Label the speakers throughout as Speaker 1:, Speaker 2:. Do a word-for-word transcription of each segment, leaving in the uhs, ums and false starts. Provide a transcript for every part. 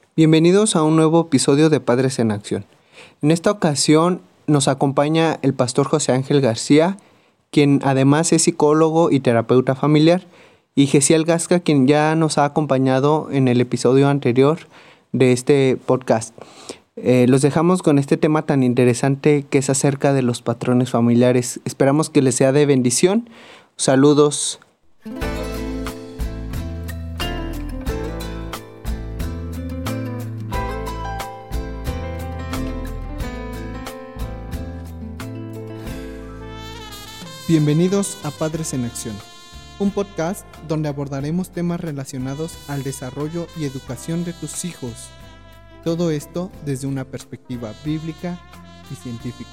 Speaker 1: Bienvenidos a un nuevo episodio de Padres en Acción. En esta ocasión nos acompaña el pastor José Ángel García, quien además es psicólogo y terapeuta familiar, y Gesiel Gasca, quien ya nos ha acompañado en el episodio anterior de este podcast. Eh, los dejamos con este tema tan interesante que es acerca de los patrones familiares. Esperamos que les sea de bendición. Saludos. Bienvenidos a Padres en Acción, un podcast donde abordaremos temas relacionados al desarrollo y educación de tus hijos. Todo esto desde una perspectiva bíblica y científica.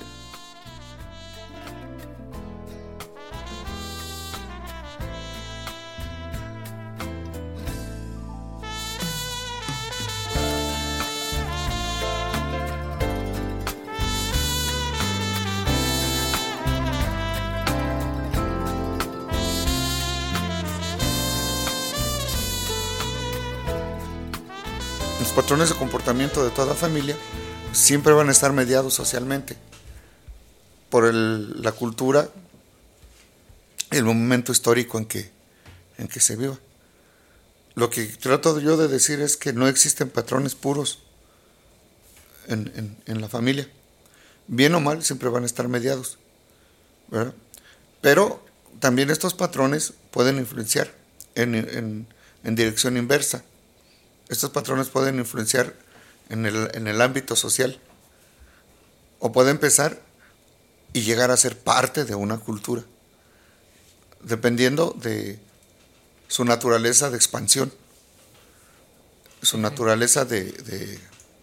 Speaker 2: Los patrones de comportamiento de toda familia siempre van a estar mediados socialmente por el, la cultura y el momento histórico en que, en que se viva. Lo que trato yo de decir es que no existen patrones puros en, en, en la familia. Bien o mal, siempre van a estar mediados, ¿verdad? Pero también estos patrones pueden influenciar en, en, en dirección inversa. Estos patrones pueden influenciar en el, en el ámbito social o puede empezar y llegar a ser parte de una cultura, dependiendo de su naturaleza de expansión, su naturaleza de, de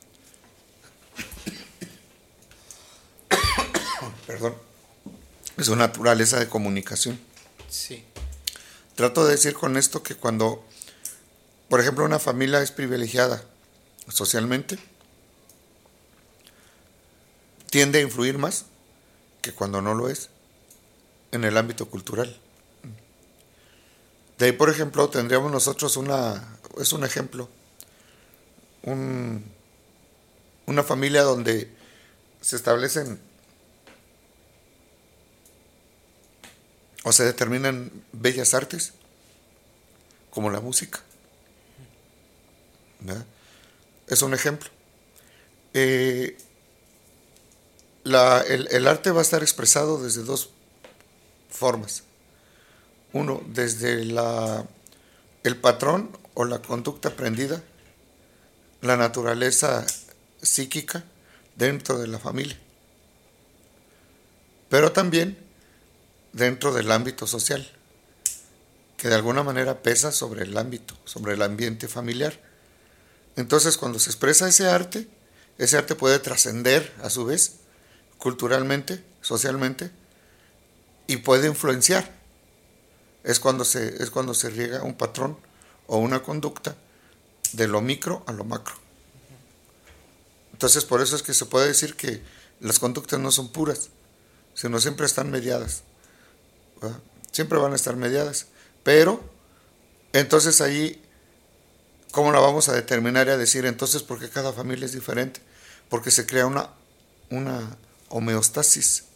Speaker 2: perdón, su naturaleza de comunicación.
Speaker 1: Sí.
Speaker 2: Trato de decir con esto que cuando, por ejemplo, una familia es privilegiada socialmente, tiende a influir más que cuando no lo es en el ámbito cultural. De ahí, por ejemplo, tendríamos nosotros una, es un ejemplo, un, una familia donde se establecen o se determinan bellas artes, como la música. ¿Verdad? Es un ejemplo. Eh, la, el, el arte va a estar expresado desde dos formas. Uno, desde la, el patrón o la conducta aprendida, la naturaleza psíquica dentro de la familia, pero también dentro del ámbito social, que de alguna manera pesa sobre el ámbito, sobre el ambiente familiar. Entonces, cuando se expresa ese arte, ese arte puede trascender a su vez culturalmente, socialmente, y puede influenciar. Es cuando se, es cuando se riega un patrón o una conducta de lo micro a lo macro. Entonces, por eso es que se puede decir que las conductas no son puras, sino siempre están mediadas, ¿verdad? Siempre van a estar mediadas, pero entonces ahí, ¿cómo la vamos a determinar y a decir entonces por qué cada familia es diferente? Porque se crea una, una homeostasis.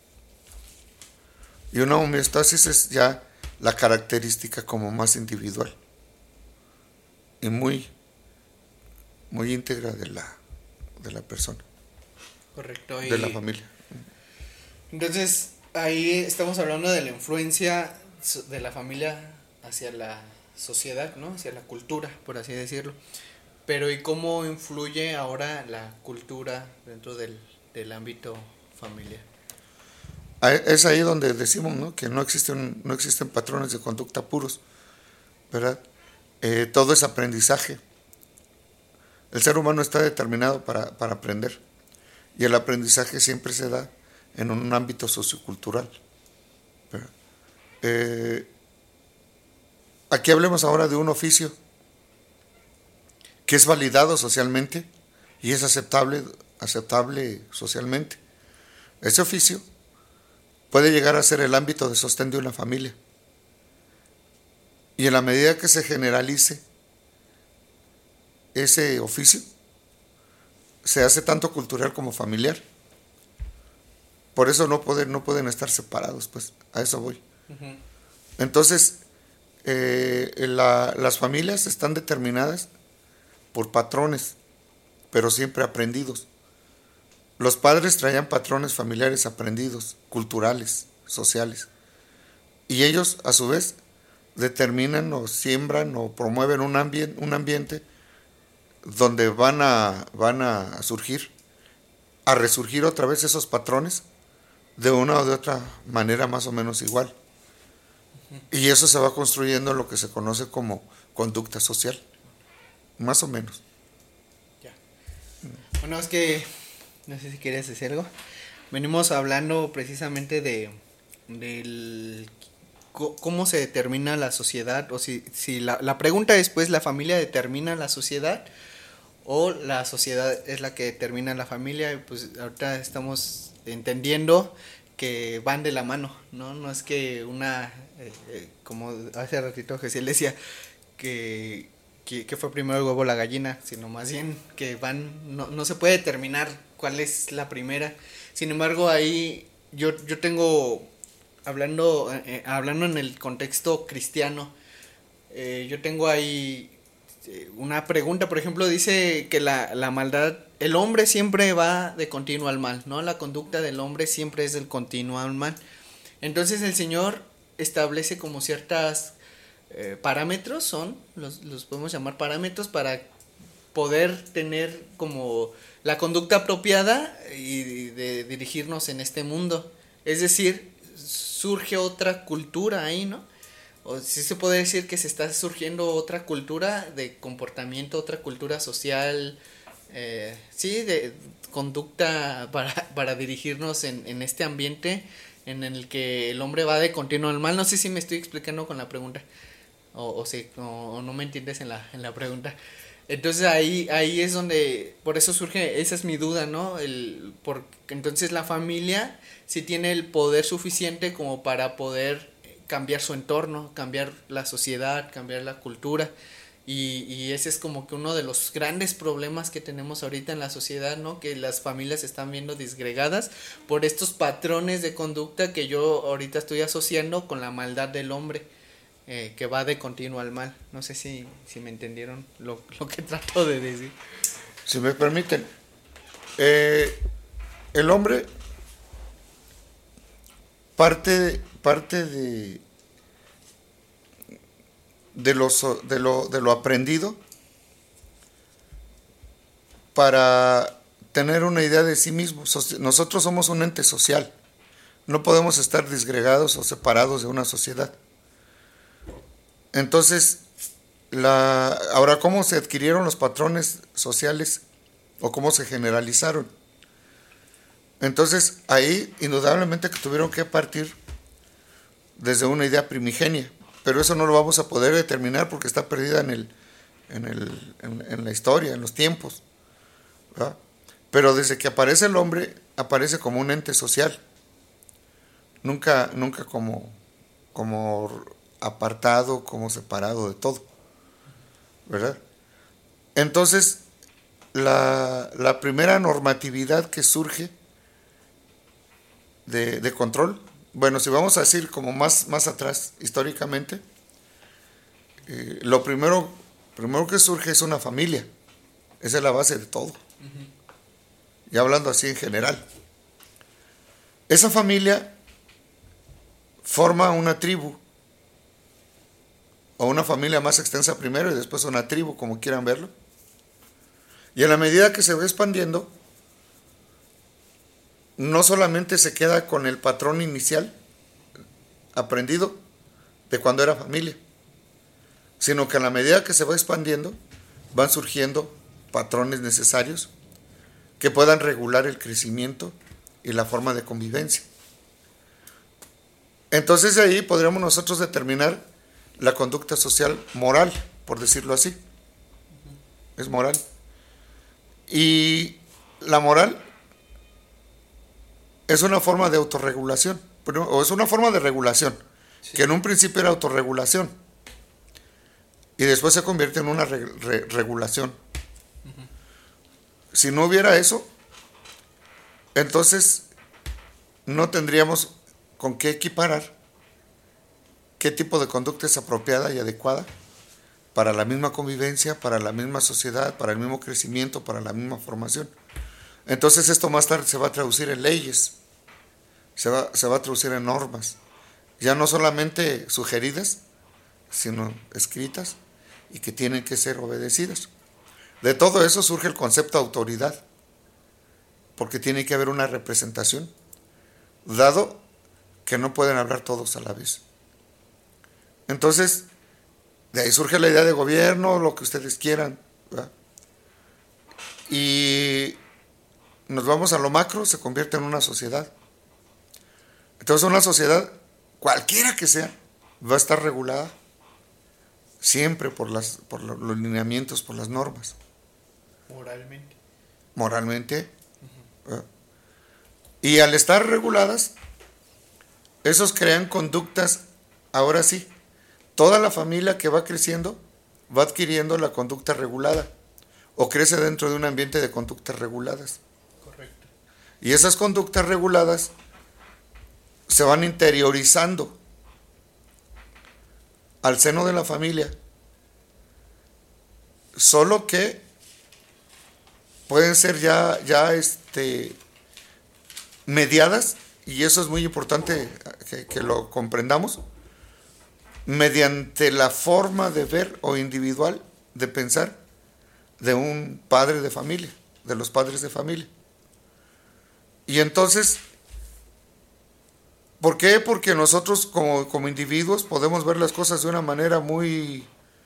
Speaker 2: Y una homeostasis es ya la característica como más individual y muy, muy íntegra de la, de la persona.
Speaker 3: Correcto.
Speaker 2: De la familia.
Speaker 3: Entonces, ahí estamos hablando de la influencia de la familia hacia la sociedad, ¿no? Hacia la cultura, por así decirlo. Pero ¿y cómo influye ahora la cultura dentro del, del ámbito familiar?
Speaker 2: Es ahí donde decimos, ¿no?, que no existen, no existen patrones de conducta puros, ¿verdad? Eh, todo es aprendizaje. El ser humano está determinado para, para aprender, y el aprendizaje siempre se da en un ámbito sociocultural, ¿verdad? Eh, aquí hablemos ahora de un oficio que es validado socialmente y es aceptable, aceptable socialmente. Ese oficio puede llegar a ser el ámbito de sostén de una familia. Y en la medida que se generalice ese oficio se hace tanto cultural como familiar. Por eso no pueden, no pueden estar separados, pues a eso voy. Uh-huh. Entonces, eh, la, las familias están determinadas por patrones, pero siempre aprendidos. Los padres traían patrones familiares aprendidos, culturales, sociales. Y ellos, a su vez, determinan o siembran o promueven un ambiente, un ambiente donde van a, van a surgir, a resurgir otra vez esos patrones de una o de otra manera más o menos igual. Uh-huh. Y eso se va construyendo en lo que se conoce como conducta social, más o menos.
Speaker 3: Ya. Bueno, es que, no sé si quieres decir algo. Venimos hablando precisamente de del cómo se determina la sociedad, o si, si la, la pregunta es, pues, ¿la familia determina la sociedad o la sociedad es la que determina la familia? Pues ahorita estamos entendiendo que van de la mano, ¿no? No es que una, eh, eh, como hace ratito Jesús decía, que, que, que fue primero el huevo o la gallina, sino más bien que van, no, no se puede determinar cuál es la primera. Sin embargo, ahí yo, yo tengo... Hablando, eh, hablando en el contexto cristiano, eh, yo tengo ahí eh, una pregunta. Por ejemplo, dice que la, la maldad, el hombre siempre va de continuo al mal, ¿no? La conducta del hombre siempre es del continuo al mal. Entonces el Señor establece como ciertas eh, parámetros, son, los, los podemos llamar parámetros para poder tener como la conducta apropiada y de dirigirnos en este mundo. Es decir, surge otra cultura ahí, ¿no? O sí se puede decir que se está surgiendo otra cultura de comportamiento, otra cultura social, eh, sí, de conducta para, para dirigirnos en, en este ambiente en el que el hombre va de continuo al mal. No sé si me estoy explicando con la pregunta, o, o, si, o, o no me entiendes en la, en la pregunta. Entonces ahí, ahí es donde, por eso surge, esa es mi duda, ¿no? El, porque entonces la familia sí tiene el poder suficiente como para poder cambiar su entorno, cambiar la sociedad, cambiar la cultura, y, y ese es como que uno de los grandes problemas que tenemos ahorita en la sociedad, ¿no? Que las familias se están viendo disgregadas por estos patrones de conducta que yo ahorita estoy asociando con la maldad del hombre. Eh, que va de continuo al mal. No sé si, si me entendieron lo, lo que trato de decir.
Speaker 2: Si me permiten, eh, el hombre parte, parte de, de, lo, de, lo, de lo aprendido para tener una idea de sí mismo. Nosotros somos un ente social. No podemos estar disgregados o separados de una sociedad. Entonces, la, ahora, ¿cómo se adquirieron los patrones sociales o cómo se generalizaron? Entonces, ahí indudablemente que tuvieron que partir desde una idea primigenia, pero eso no lo vamos a poder determinar porque está perdida en, el, en, el, en, en la historia, en los tiempos, ¿verdad? Pero desde que aparece el hombre, aparece como un ente social, nunca, nunca como... como apartado, como separado de todo, ¿verdad? Entonces, la, la primera normatividad que surge de, de control, bueno, si vamos a decir como más, más atrás, históricamente, eh, lo primero, primero que surge es una familia, esa es la base de todo, uh-huh. Y hablando así en general. Esa familia forma una tribu, o una familia más extensa primero y después una tribu, como quieran verlo. Y en la medida que se va expandiendo, no solamente se queda con el patrón inicial aprendido de cuando era familia, sino que a la medida que se va expandiendo, van surgiendo patrones necesarios que puedan regular el crecimiento y la forma de convivencia. Entonces de ahí podríamos nosotros determinar la conducta social moral, por decirlo así. Es moral. Y la moral es una forma de autorregulación, o es una forma de regulación, sí. Que en un principio era autorregulación y después se convierte en una re- re- regulación Uh-huh. Si no hubiera eso, entonces no tendríamos con qué equiparar qué tipo de conducta es apropiada y adecuada para la misma convivencia, para la misma sociedad, para el mismo crecimiento, para la misma formación. Entonces esto más tarde se va a traducir en leyes, se va, se va a traducir en normas, ya no solamente sugeridas, sino escritas y que tienen que ser obedecidas. De todo eso surge el concepto de autoridad, porque tiene que haber una representación, dado que no pueden hablar todos a la vez. Entonces, de ahí surge la idea de gobierno, lo que ustedes quieran, ¿verdad? Y nos vamos a lo macro, se convierte en una sociedad. Entonces una sociedad, cualquiera que sea, va a estar regulada siempre por, las, por los lineamientos, por las normas.
Speaker 3: Moralmente.
Speaker 2: Moralmente. Uh-huh. Y al estar reguladas, esos crean conductas, ahora sí, toda la familia que va creciendo va adquiriendo la conducta regulada o crece dentro de un ambiente de conductas reguladas.
Speaker 3: Correcto.
Speaker 2: Y esas conductas reguladas se van interiorizando al seno de la familia, solo que pueden ser ya, ya este, mediadas, y eso es muy importante que, que lo comprendamos, mediante la forma de ver o individual de pensar de un padre de familia, de los padres de familia. Y entonces, ¿por qué? Porque nosotros como, como individuos podemos ver las cosas de una manera muy,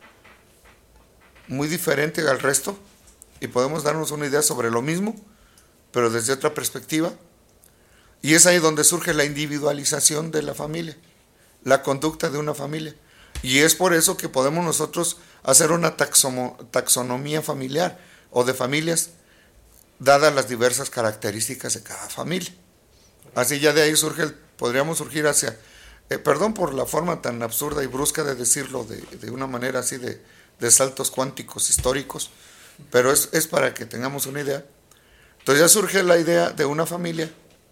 Speaker 2: muy diferente al resto y podemos darnos una idea sobre lo mismo, pero desde otra perspectiva. Y es ahí donde surge la individualización de la familia, la conducta de una familia. Y es por eso que podemos nosotros hacer una taxomo, taxonomía familiar o de familias, dadas las diversas características de cada familia. Así ya de ahí surge, el, podríamos surgir hacia, eh, perdón por la forma tan absurda y brusca de decirlo, de, de una manera así de, de saltos cuánticos históricos, pero es, es para que tengamos una idea. Entonces ya surge la idea de una familia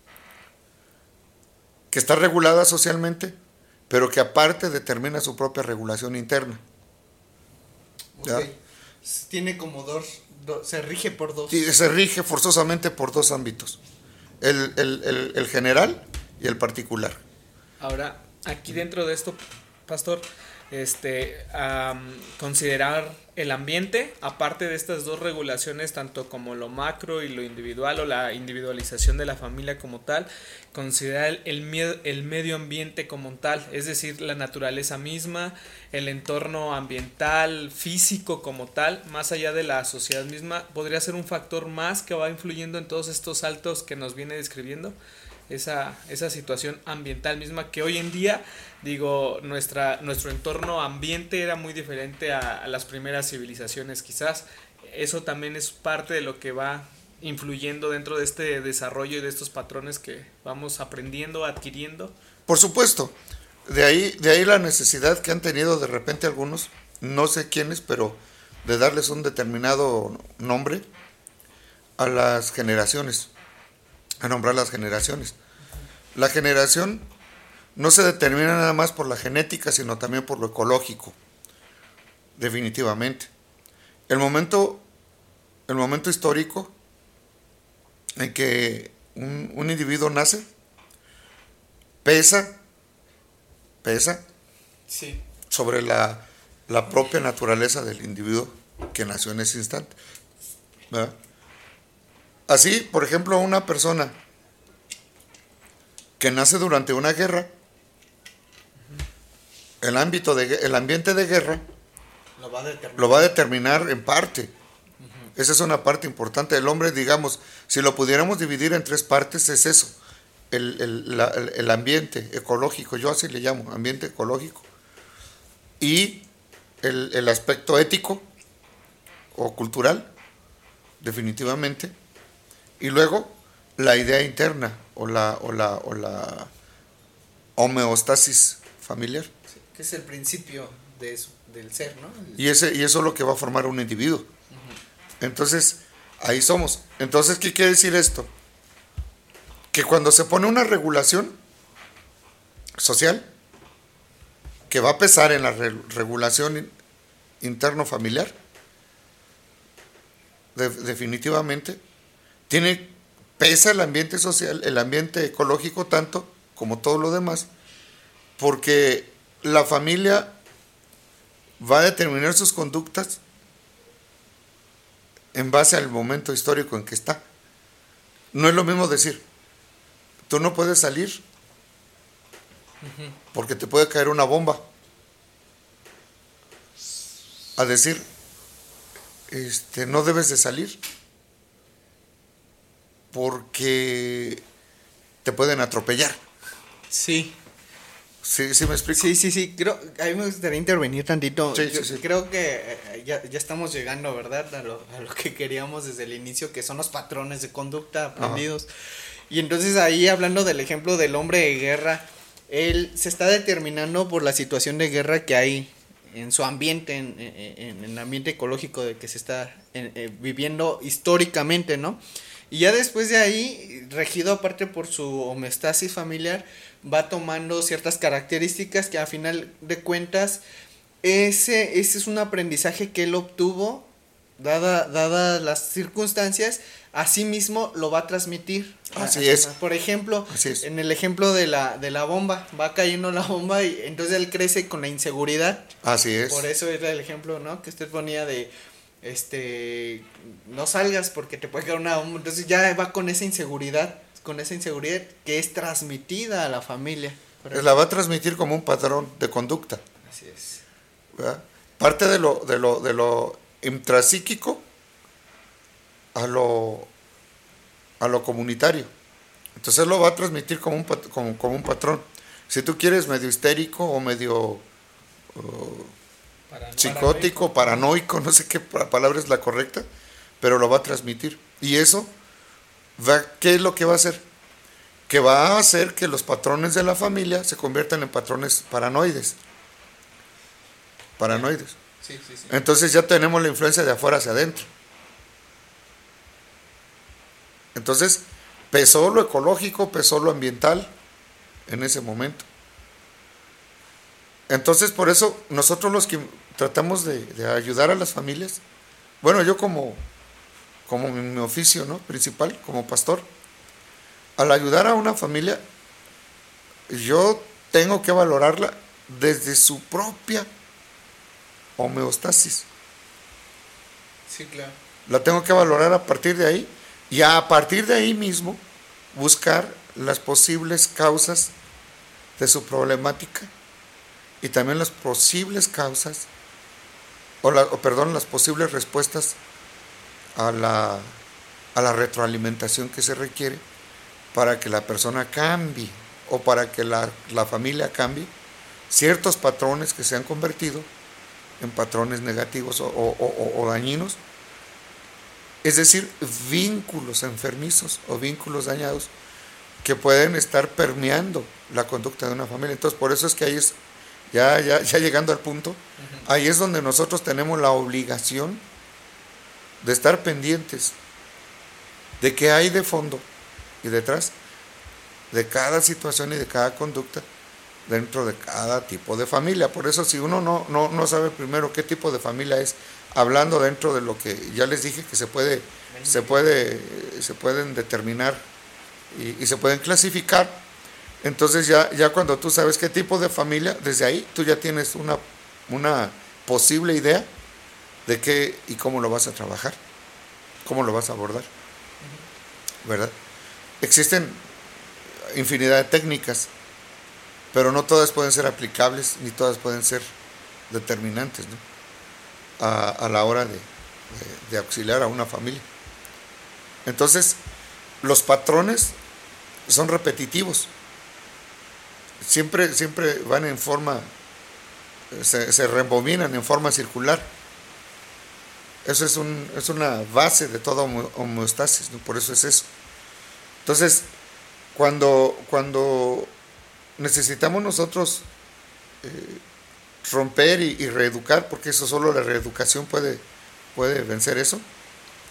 Speaker 2: que está regulada socialmente, pero que aparte determina su propia regulación interna. ¿Ya?
Speaker 3: Okay. Tiene como dos, do, se rige por dos.
Speaker 2: Sí, se rige forzosamente por dos ámbitos, el, el, el, el general y el particular.
Speaker 4: Ahora, aquí dentro de esto, pastor, este, um, considerar el ambiente, aparte de estas dos regulaciones, tanto como lo macro y lo individual o la individualización de la familia como tal, considerar el, el medio ambiente como tal, es decir, la naturaleza misma, el entorno ambiental, físico como tal, más allá de la sociedad misma, podría ser un factor más que va influyendo en todos estos saltos que nos viene describiendo. Esa, esa situación ambiental misma que hoy en día, digo, nuestra, nuestro entorno ambiente era muy diferente a, a las primeras civilizaciones quizás. Eso también es parte de lo que va influyendo dentro de este desarrollo y de estos patrones que vamos aprendiendo, adquiriendo.
Speaker 2: Por supuesto, de ahí, de ahí la necesidad que han tenido de repente algunos, no sé quiénes, pero de darles un determinado nombre a las generaciones, a nombrar las generaciones. La generación no se determina nada más por la genética, sino también por lo ecológico, definitivamente. El momento, el momento histórico en que un, un individuo nace, pesa, pesa
Speaker 3: sí.
Speaker 2: sobre la, la propia naturaleza del individuo que nació en ese instante, ¿verdad? Así, por ejemplo, una persona que nace durante una guerra, el ámbito de el ambiente de guerra
Speaker 3: lo va a determinar,
Speaker 2: lo va a determinar en parte. Uh-huh. Esa es una parte importante del hombre, digamos, si lo pudiéramos dividir en tres partes, es eso, el, el, la, el ambiente ecológico, yo así le llamo, ambiente ecológico, y el, el aspecto ético o cultural, definitivamente, y luego la idea interna o la, o la, o la homeostasis familiar.
Speaker 3: Sí, que es el principio de eso, del ser, ¿no? El...
Speaker 2: Y, ese, y eso es lo que va a formar un individuo. Uh-huh. Entonces, ahí somos. Entonces, ¿qué quiere decir esto? Que cuando se pone una regulación social, que va a pesar en la re- regulación interno familiar, de- definitivamente, tiene, pesa el ambiente social, el ambiente ecológico tanto como todo lo demás, porque la familia va a determinar sus conductas en base al momento histórico en que está. No es lo mismo decir, tú no puedes salir porque te puede caer una bomba, a decir, este, no debes de salir porque te pueden atropellar.
Speaker 3: Sí.
Speaker 2: ¿Sí, sí me explico?
Speaker 3: Sí, sí, sí, creo, a mí me gustaría intervenir tantito.
Speaker 2: Sí,
Speaker 3: Yo
Speaker 2: sí, sí.
Speaker 3: Creo que eh, ya, ya estamos llegando, ¿verdad? A lo, a lo que queríamos desde el inicio, que son los patrones de conducta aprendidos. Y entonces ahí, hablando del ejemplo del hombre de guerra, él se está determinando por la situación de guerra que hay en su ambiente, en, en, en el ambiente ecológico de que se está en, eh, viviendo históricamente, ¿no? Y ya después de ahí, regido aparte por su homeostasis familiar, va tomando ciertas características que a final de cuentas, ese, ese es un aprendizaje que él obtuvo, dada, dadas las circunstancias, así mismo lo va a transmitir.
Speaker 2: Así
Speaker 3: a,
Speaker 2: es.
Speaker 3: Por ejemplo,
Speaker 2: Así es.
Speaker 3: en el ejemplo de la, de la bomba, va cayendo la bomba y entonces él crece con la inseguridad.
Speaker 2: Así es.
Speaker 3: Por eso era el ejemplo, ¿no? Que usted ponía de, este, no salgas porque te puede caer una bomba. Entonces ya va con esa inseguridad, con esa inseguridad que es transmitida a la familia.
Speaker 2: La va a transmitir como un patrón de conducta.
Speaker 3: Así es.
Speaker 2: ¿Verdad? Parte de lo, de lo, de lo intrapsíquico a lo, a lo comunitario. Entonces lo va a transmitir como un, pat- como, como un patrón. Si tú quieres medio histérico o medio uh,
Speaker 4: Parano-
Speaker 2: psicótico, paranoico, no sé qué pa- palabra es la correcta, pero lo va a transmitir. Y eso, va, ¿qué es lo que va a hacer? Que va a hacer que los patrones de la familia se conviertan en patrones paranoides. Paranoides.
Speaker 3: Sí, sí, sí.
Speaker 2: Entonces ya tenemos la influencia de afuera hacia adentro. Entonces, pesó lo ecológico, pesó lo ambiental en ese momento. Entonces, por eso, nosotros los que tratamos de, de ayudar a las familias, bueno, yo como, como mi, mi oficio, ¿no?, principal, como pastor, al ayudar a una familia, yo tengo que valorarla desde su propia homeostasis.
Speaker 3: Sí, claro.
Speaker 2: La tengo que valorar a partir de ahí y a partir de ahí mismo buscar las posibles causas de su problemática y también las posibles causas o, la, o perdón, las posibles respuestas a la, a la retroalimentación que se requiere para que la persona cambie o para que la, la familia cambie ciertos patrones que se han convertido en patrones negativos o, o, o, o dañinos, es decir, vínculos enfermizos o vínculos dañados que pueden estar permeando la conducta de una familia. Entonces, por eso es que ahí es, ya, ya, ya llegando al punto, uh-huh. ahí es donde nosotros tenemos la obligación de estar pendientes de qué hay de fondo y detrás de cada situación y de cada conducta dentro de cada tipo de familia. Por eso, si uno no, no, no sabe primero qué tipo de familia es, hablando dentro de lo que ya les dije que se puede, se puede, se pueden determinar y, y se pueden clasificar, entonces ya, ya cuando tú sabes qué tipo de familia, desde ahí tú ya tienes una, una posible idea de qué y cómo lo vas a trabajar, cómo lo vas a abordar, ¿verdad? Existen infinidad de técnicas, pero no todas pueden ser aplicables ni todas pueden ser determinantes, ¿no?, a, a la hora de, de, de auxiliar a una familia. Entonces, los patrones son repetitivos, siempre, siempre van en forma, se, se rebobinan en forma circular. Eso es, un, es una base de toda homeostasis, ¿no? Por eso es eso. Entonces, cuando, cuando necesitamos nosotros eh, romper y, y reeducar, porque eso solo la reeducación puede, puede vencer eso,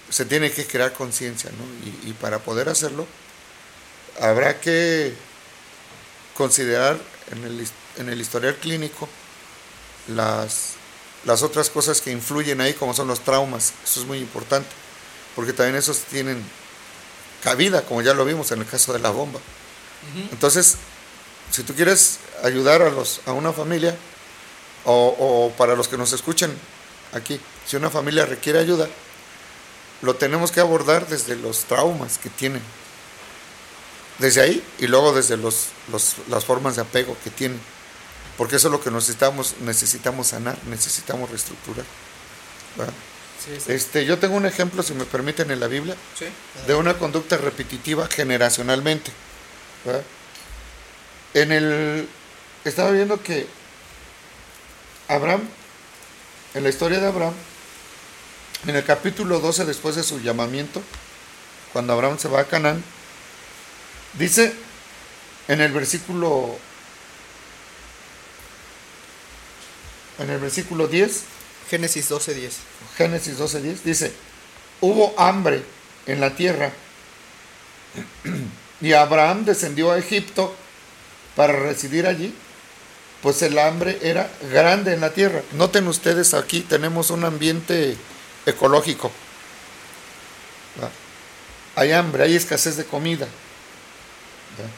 Speaker 2: se tiene que crear conciencia, ¿no? Y, y para poder hacerlo, habrá que considerar en el, en el historial clínico las, las otras cosas que influyen ahí, como son los traumas. Eso es muy importante, porque también esos tienen cabida, como ya lo vimos en el caso de la bomba. Uh-huh. Entonces, si tú quieres ayudar a, los, a una familia, o, o para los que nos escuchan aquí, si una familia requiere ayuda, lo tenemos que abordar desde los traumas que tienen, desde ahí, y luego desde los, los, las formas de apego que tienen, porque eso es lo que necesitamos, necesitamos sanar, necesitamos reestructurar. Sí, sí. Este, yo tengo un ejemplo, si me permiten, en la Biblia, sí, de una conducta repetitiva generacionalmente. ¿Verdad? En el, estaba viendo que Abraham, en la historia de Abraham, en el capítulo doce, después de su llamamiento, cuando Abraham se va a Canaán, dice en el versículo en el versículo diez,
Speaker 3: Génesis doce diez.
Speaker 2: Génesis doce diez dice: hubo hambre en la tierra y Abraham descendió a Egipto para residir allí, pues el hambre era grande en la tierra. Noten ustedes, aquí tenemos un ambiente ecológico. ¿Va? Hay hambre, hay escasez de comida. ¿Va?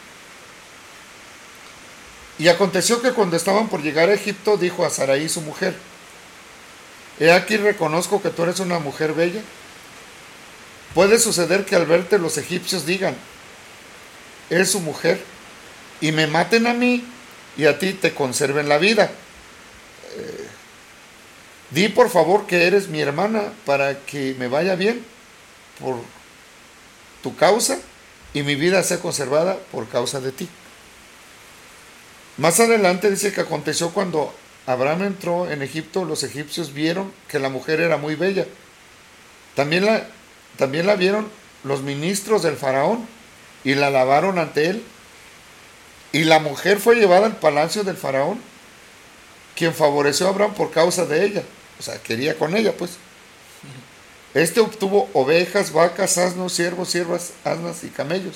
Speaker 2: Y aconteció que cuando estaban por llegar a Egipto, dijo a Sarai su mujer: he aquí, reconozco que tú eres una mujer bella. Puede suceder que al verte los egipcios digan: es su mujer, y me maten a mí, y a ti te conserven la vida. Eh, di por favor que eres mi hermana, para que me vaya bien por tu causa, y mi vida sea conservada por causa de ti. Más adelante dice que aconteció cuando Abraham entró en Egipto, los egipcios vieron que la mujer era muy bella. También la, también la vieron los ministros del faraón, y la alabaron ante él. Y la mujer fue llevada al palacio del faraón, quien favoreció a Abraham por causa de ella. O sea, quería con ella, pues. Este obtuvo ovejas, vacas, asnos, siervos, siervas, asnas y camellos.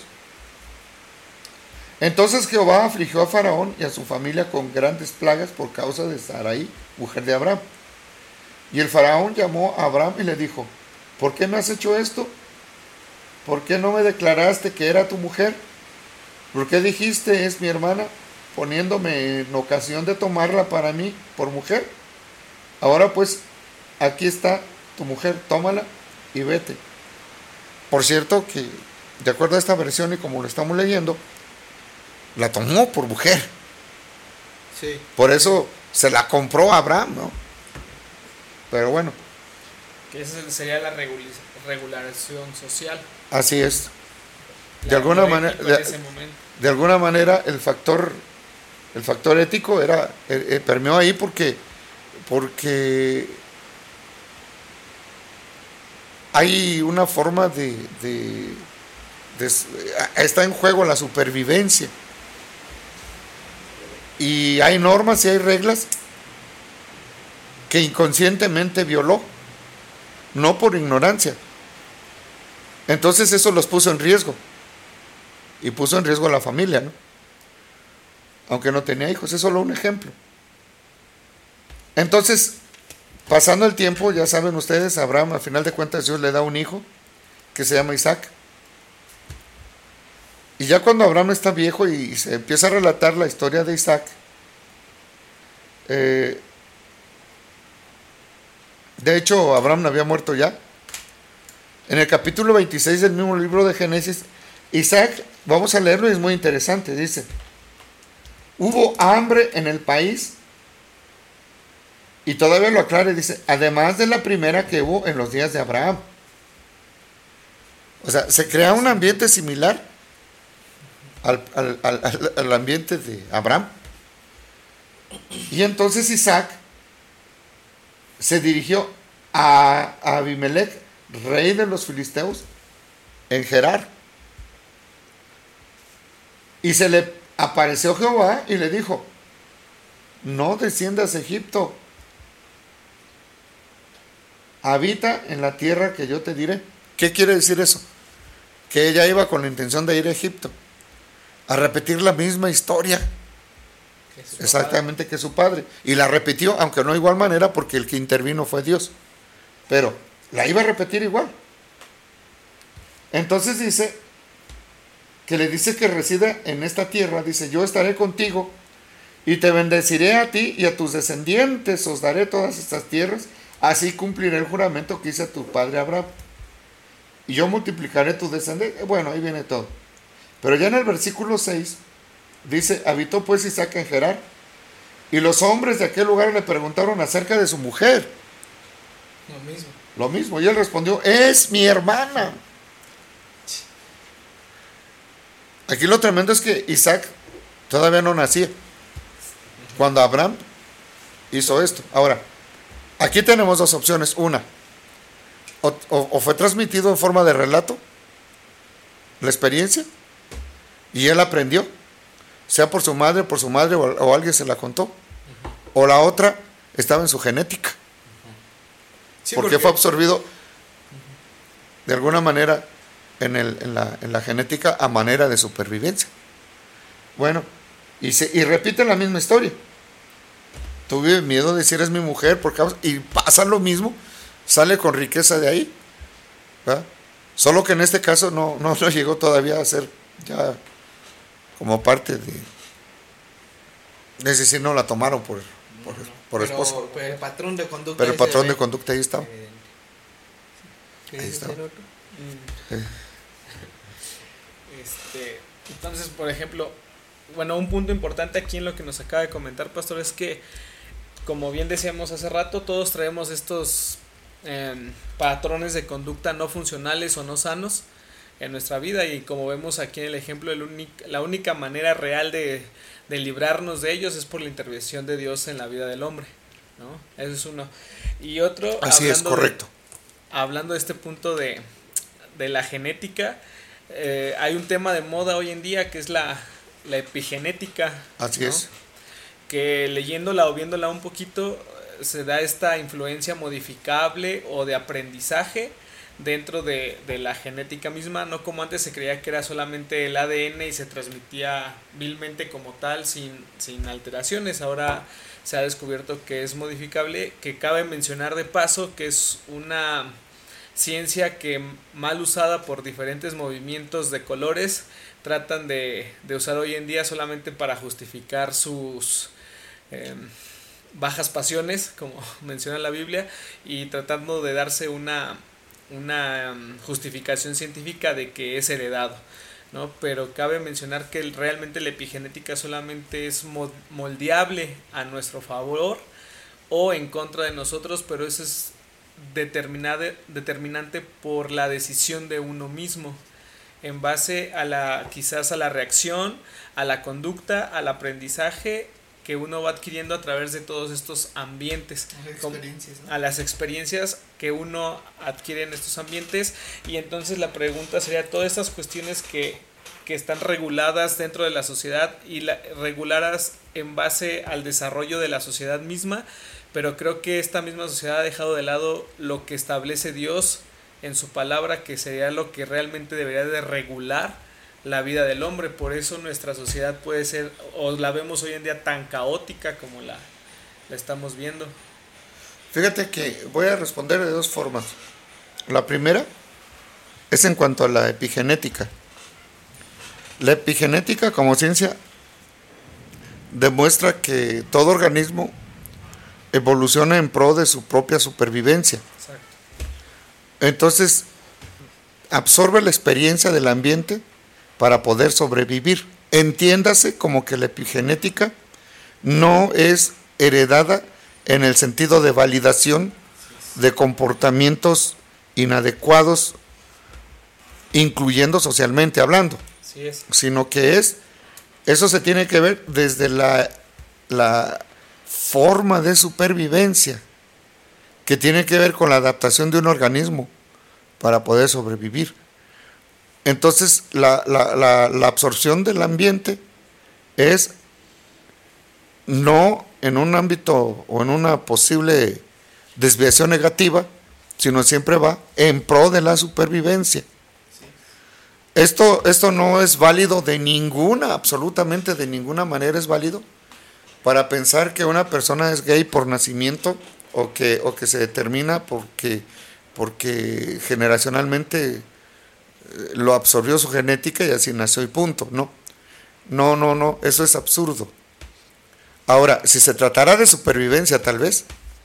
Speaker 2: Entonces Jehová afligió a Faraón y a su familia con grandes plagas por causa de Sarai, mujer de Abraham. Y el Faraón llamó a Abraham y le dijo: ¿por qué me has hecho esto? ¿Por qué no me declaraste que era tu mujer? ¿Por qué dijiste es mi hermana, poniéndome en ocasión de tomarla para mí por mujer? Ahora pues, aquí está tu mujer, tómala y vete. Por cierto que, de acuerdo a esta versión y como lo estamos leyendo, la tomó por mujer.
Speaker 3: Sí.
Speaker 2: Por eso se la compró a Abraham, ¿no? Pero bueno.
Speaker 4: Que esa sería la regularización social.
Speaker 2: Así es. De alguna manera, de, de alguna manera el factor, el factor ético era eh, eh, permeó ahí porque, porque hay una forma de, de, de está en juego la supervivencia. Y hay normas y hay reglas que inconscientemente violó, no por ignorancia. Entonces eso los puso en riesgo. Y puso en riesgo a la familia, ¿no? Aunque no tenía hijos, es solo un ejemplo. Entonces, pasando el tiempo, ya saben ustedes, Abraham, al final de cuentas, Dios le da un hijo que se llama Isaac. Y ya cuando Abraham está viejo y se empieza a relatar la historia de Isaac, eh, de hecho, Abraham había muerto ya. En el capítulo veintiséis del mismo libro de Génesis, Isaac, vamos a leerlo y es muy interesante, dice: hubo hambre en el país, y todavía lo aclara y dice: además de la primera que hubo en los días de Abraham. O sea, se crea un ambiente similar al, al, al, al ambiente de Abraham. Y entonces Isaac se dirigió a, a Abimelech, rey de los filisteos, en Gerar. Y se le apareció Jehová y le dijo: no desciendas a Egipto, habita en la tierra que yo te diré. ¿Qué quiere decir eso? Que ella iba con la intención de ir a Egipto, a repetir la misma historia, que exactamente padre. que su padre, y la repitió, aunque no de igual manera, porque el que intervino fue Dios, pero la iba a repetir igual. Entonces dice, que le dice que reside en esta tierra, dice, yo estaré contigo, y te bendeciré a ti y a tus descendientes, os daré todas estas tierras, así cumpliré el juramento que hice a tu padre Abraham, y yo multiplicaré tu descendencia. Bueno, ahí viene todo. Pero ya en el versículo seis, dice, habitó pues Isaac en Gerar, y los hombres de aquel lugar le preguntaron acerca de su mujer.
Speaker 3: Lo mismo.
Speaker 2: Lo mismo, y él respondió, es mi hermana. Aquí lo tremendo es que Isaac todavía no nacía cuando Abraham hizo esto. Ahora, aquí tenemos dos opciones. Una, o, o, o fue transmitido en forma de relato la experiencia y él aprendió, sea por su madre, por su madre o, o alguien se la contó. Uh-huh. O la otra estaba en su genética. Uh-huh. Sí, porque, porque fue absorbido uh-huh. de alguna manera en, el, en, la, en la genética a manera de supervivencia. Bueno, y, se, y repite la misma historia. Tuve miedo de decir es mi mujer, porque, y pasa lo mismo, sale con riqueza de ahí, ¿verdad? Solo que en este caso no, no, no llegó todavía a ser ya como parte de, es decir, no la tomaron por, por, por
Speaker 3: pero,
Speaker 2: esposo.
Speaker 3: Pero el patrón de conducta.
Speaker 2: Pero el patrón de conducta ahí estaba.
Speaker 3: Ahí estaba.
Speaker 4: Mm. Este, entonces, por ejemplo, bueno, un punto importante aquí en lo que nos acaba de comentar, pastor, es que, como bien decíamos hace rato, todos traemos estos eh, patrones de conducta no funcionales o no sanos en nuestra vida, y como vemos aquí en el ejemplo, el único, la única manera real de, de librarnos de ellos es por la intervención de Dios en la vida del hombre, ¿no? Eso es uno. Y otro,
Speaker 2: así es, correcto.
Speaker 4: De, hablando de este punto de, de la genética, eh, hay un tema de moda hoy en día que es la, la epigenética.
Speaker 2: Así, ¿no? Es.
Speaker 4: Que leyéndola o viéndola un poquito se da esta influencia modificable o de aprendizaje dentro de, de la genética misma, no como antes se creía que era solamente el A D N y se transmitía vilmente como tal sin, sin alteraciones. Ahora se ha descubierto que es modificable, que cabe mencionar de paso que es una ciencia que, mal usada por diferentes movimientos de colores, tratan de, de usar hoy en día solamente para justificar sus eh, bajas pasiones, como menciona la Biblia, y tratando de darse una, una justificación científica de que es heredado, ¿no? Pero cabe mencionar que realmente la epigenética solamente es moldeable a nuestro favor o en contra de nosotros, pero eso es determinante por la decisión de uno mismo, en base a la, quizás a la reacción, a la conducta, al aprendizaje que uno va adquiriendo a través de todos estos ambientes,
Speaker 3: a las experiencias, ¿no?
Speaker 4: a las experiencias que uno adquiere en estos ambientes. Y entonces la pregunta sería, todas estas cuestiones que, que están reguladas dentro de la sociedad y la, reguladas en base al desarrollo de la sociedad misma, pero creo que esta misma sociedad ha dejado de lado lo que establece Dios en su palabra, que sería lo que realmente debería de regular la vida del hombre. Por eso nuestra sociedad puede ser, o la vemos hoy en día, tan caótica como la, la estamos viendo.
Speaker 2: Fíjate que voy a responder de dos formas. La primera es en cuanto a la epigenética. La epigenética como ciencia demuestra que todo organismo evoluciona en pro de su propia supervivencia.
Speaker 4: Exacto.
Speaker 2: Entonces, absorbe la experiencia del ambiente para poder sobrevivir. Entiéndase como que la epigenética no es heredada en el sentido de validación de comportamientos inadecuados, incluyendo socialmente hablando,
Speaker 4: sí es.
Speaker 2: Sino que es, eso se tiene que ver desde la, la forma de supervivencia, que tiene que ver con la adaptación de un organismo para poder sobrevivir. Entonces, la, la, la, la absorción del ambiente es no en un ámbito o en una posible desviación negativa, sino siempre va en pro de la supervivencia. Esto, esto no es válido de ninguna, absolutamente de ninguna manera es válido para pensar que una persona es gay por nacimiento o que, o que se determina porque, porque generacionalmente lo absorbió su genética y así nació y punto. No, no, no, no, eso es absurdo. Ahora, si se tratara de supervivencia tal vez,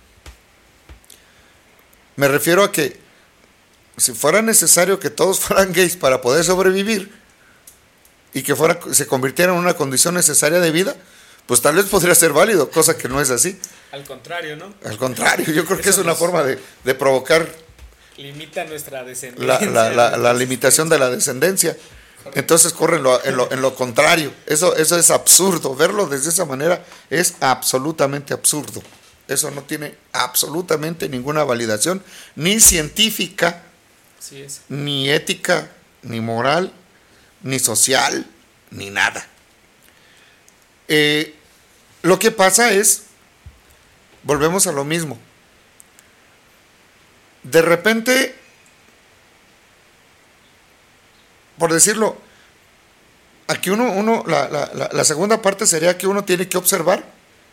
Speaker 2: me refiero a que si fuera necesario que todos fueran gays para poder sobrevivir y que fuera, se convirtiera en una condición necesaria de vida, pues tal vez podría ser válido, cosa que no es así.
Speaker 4: Al contrario, ¿no?
Speaker 2: Al contrario, yo creo que
Speaker 4: Eso
Speaker 2: es una
Speaker 4: nos
Speaker 2: forma de, de provocar
Speaker 4: limita nuestra
Speaker 2: la,
Speaker 4: descendencia.
Speaker 2: la, la, la limitación de la descendencia. Entonces corre en lo, en lo, en lo contrario. Eso, eso es absurdo. Verlo desde esa manera es absolutamente absurdo. Eso no tiene absolutamente ninguna validación, ni científica,
Speaker 4: Así es.
Speaker 2: ni ética, ni moral, ni social, ni nada. Eh, lo que pasa es, volvemos a lo mismo. De repente, por decirlo, aquí uno, uno la, la, la segunda parte sería que uno tiene que observar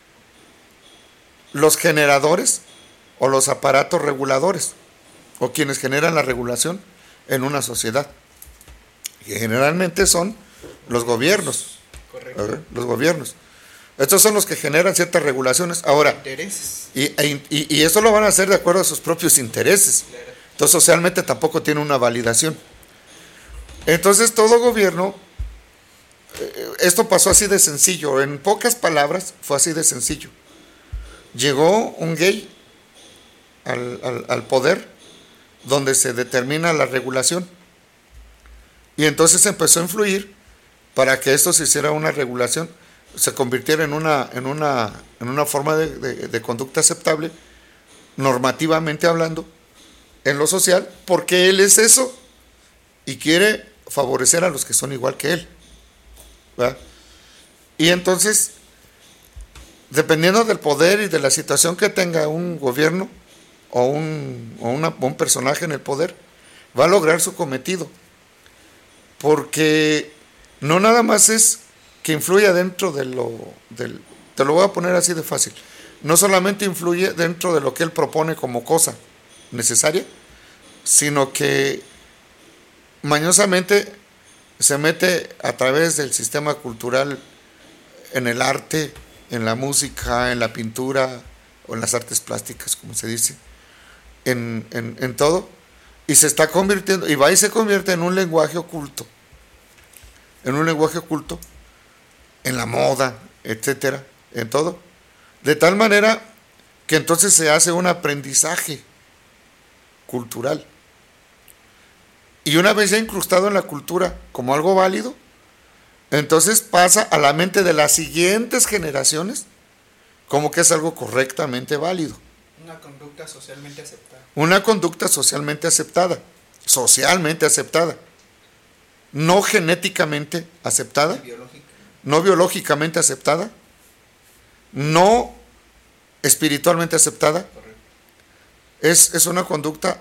Speaker 2: los generadores o los aparatos reguladores o quienes generan la regulación en una sociedad, que generalmente son los gobiernos.
Speaker 3: Correcto.
Speaker 2: Los gobiernos. Estos son los que generan ciertas regulaciones. Ahora,
Speaker 3: Intereses.
Speaker 2: y, y, y eso lo van a hacer de acuerdo a sus propios intereses. Entonces, socialmente tampoco tiene una validación. Entonces, todo gobierno, eh, esto pasó así de sencillo. En pocas palabras, fue así de sencillo. Llegó un gay al, al, al poder, donde se determina la regulación. Y entonces empezó a influir para que esto se hiciera una regulación, se convirtiera en una, en una, en una forma de, de, de conducta aceptable, normativamente hablando, en lo social, porque él es eso y quiere favorecer a los que son igual que él, ¿verdad? Y entonces, dependiendo del poder y de la situación que tenga un gobierno o un, o una, un personaje en el poder, va a lograr su cometido, porque no nada más es que influya dentro de lo, del, te lo voy a poner así de fácil, no solamente influye dentro de lo que él propone como cosa necesaria, sino que mañosamente se mete a través del sistema cultural en el arte, en la música, en la pintura o en las artes plásticas, como se dice, en, en, en todo, y se está convirtiendo, y va y se convierte en un lenguaje oculto, en un lenguaje oculto, en la moda, etcétera, en todo, de tal manera que entonces se hace un aprendizaje cultural. Y una vez ya incrustado en la cultura como algo válido, entonces pasa a la mente de las siguientes generaciones como que es algo correctamente válido.
Speaker 3: Una conducta socialmente aceptada.
Speaker 2: Una conducta socialmente aceptada, socialmente aceptada, no genéticamente aceptada,
Speaker 3: Biológica.
Speaker 2: no biológicamente aceptada, no espiritualmente aceptada.
Speaker 3: Correcto.
Speaker 2: Es, es una conducta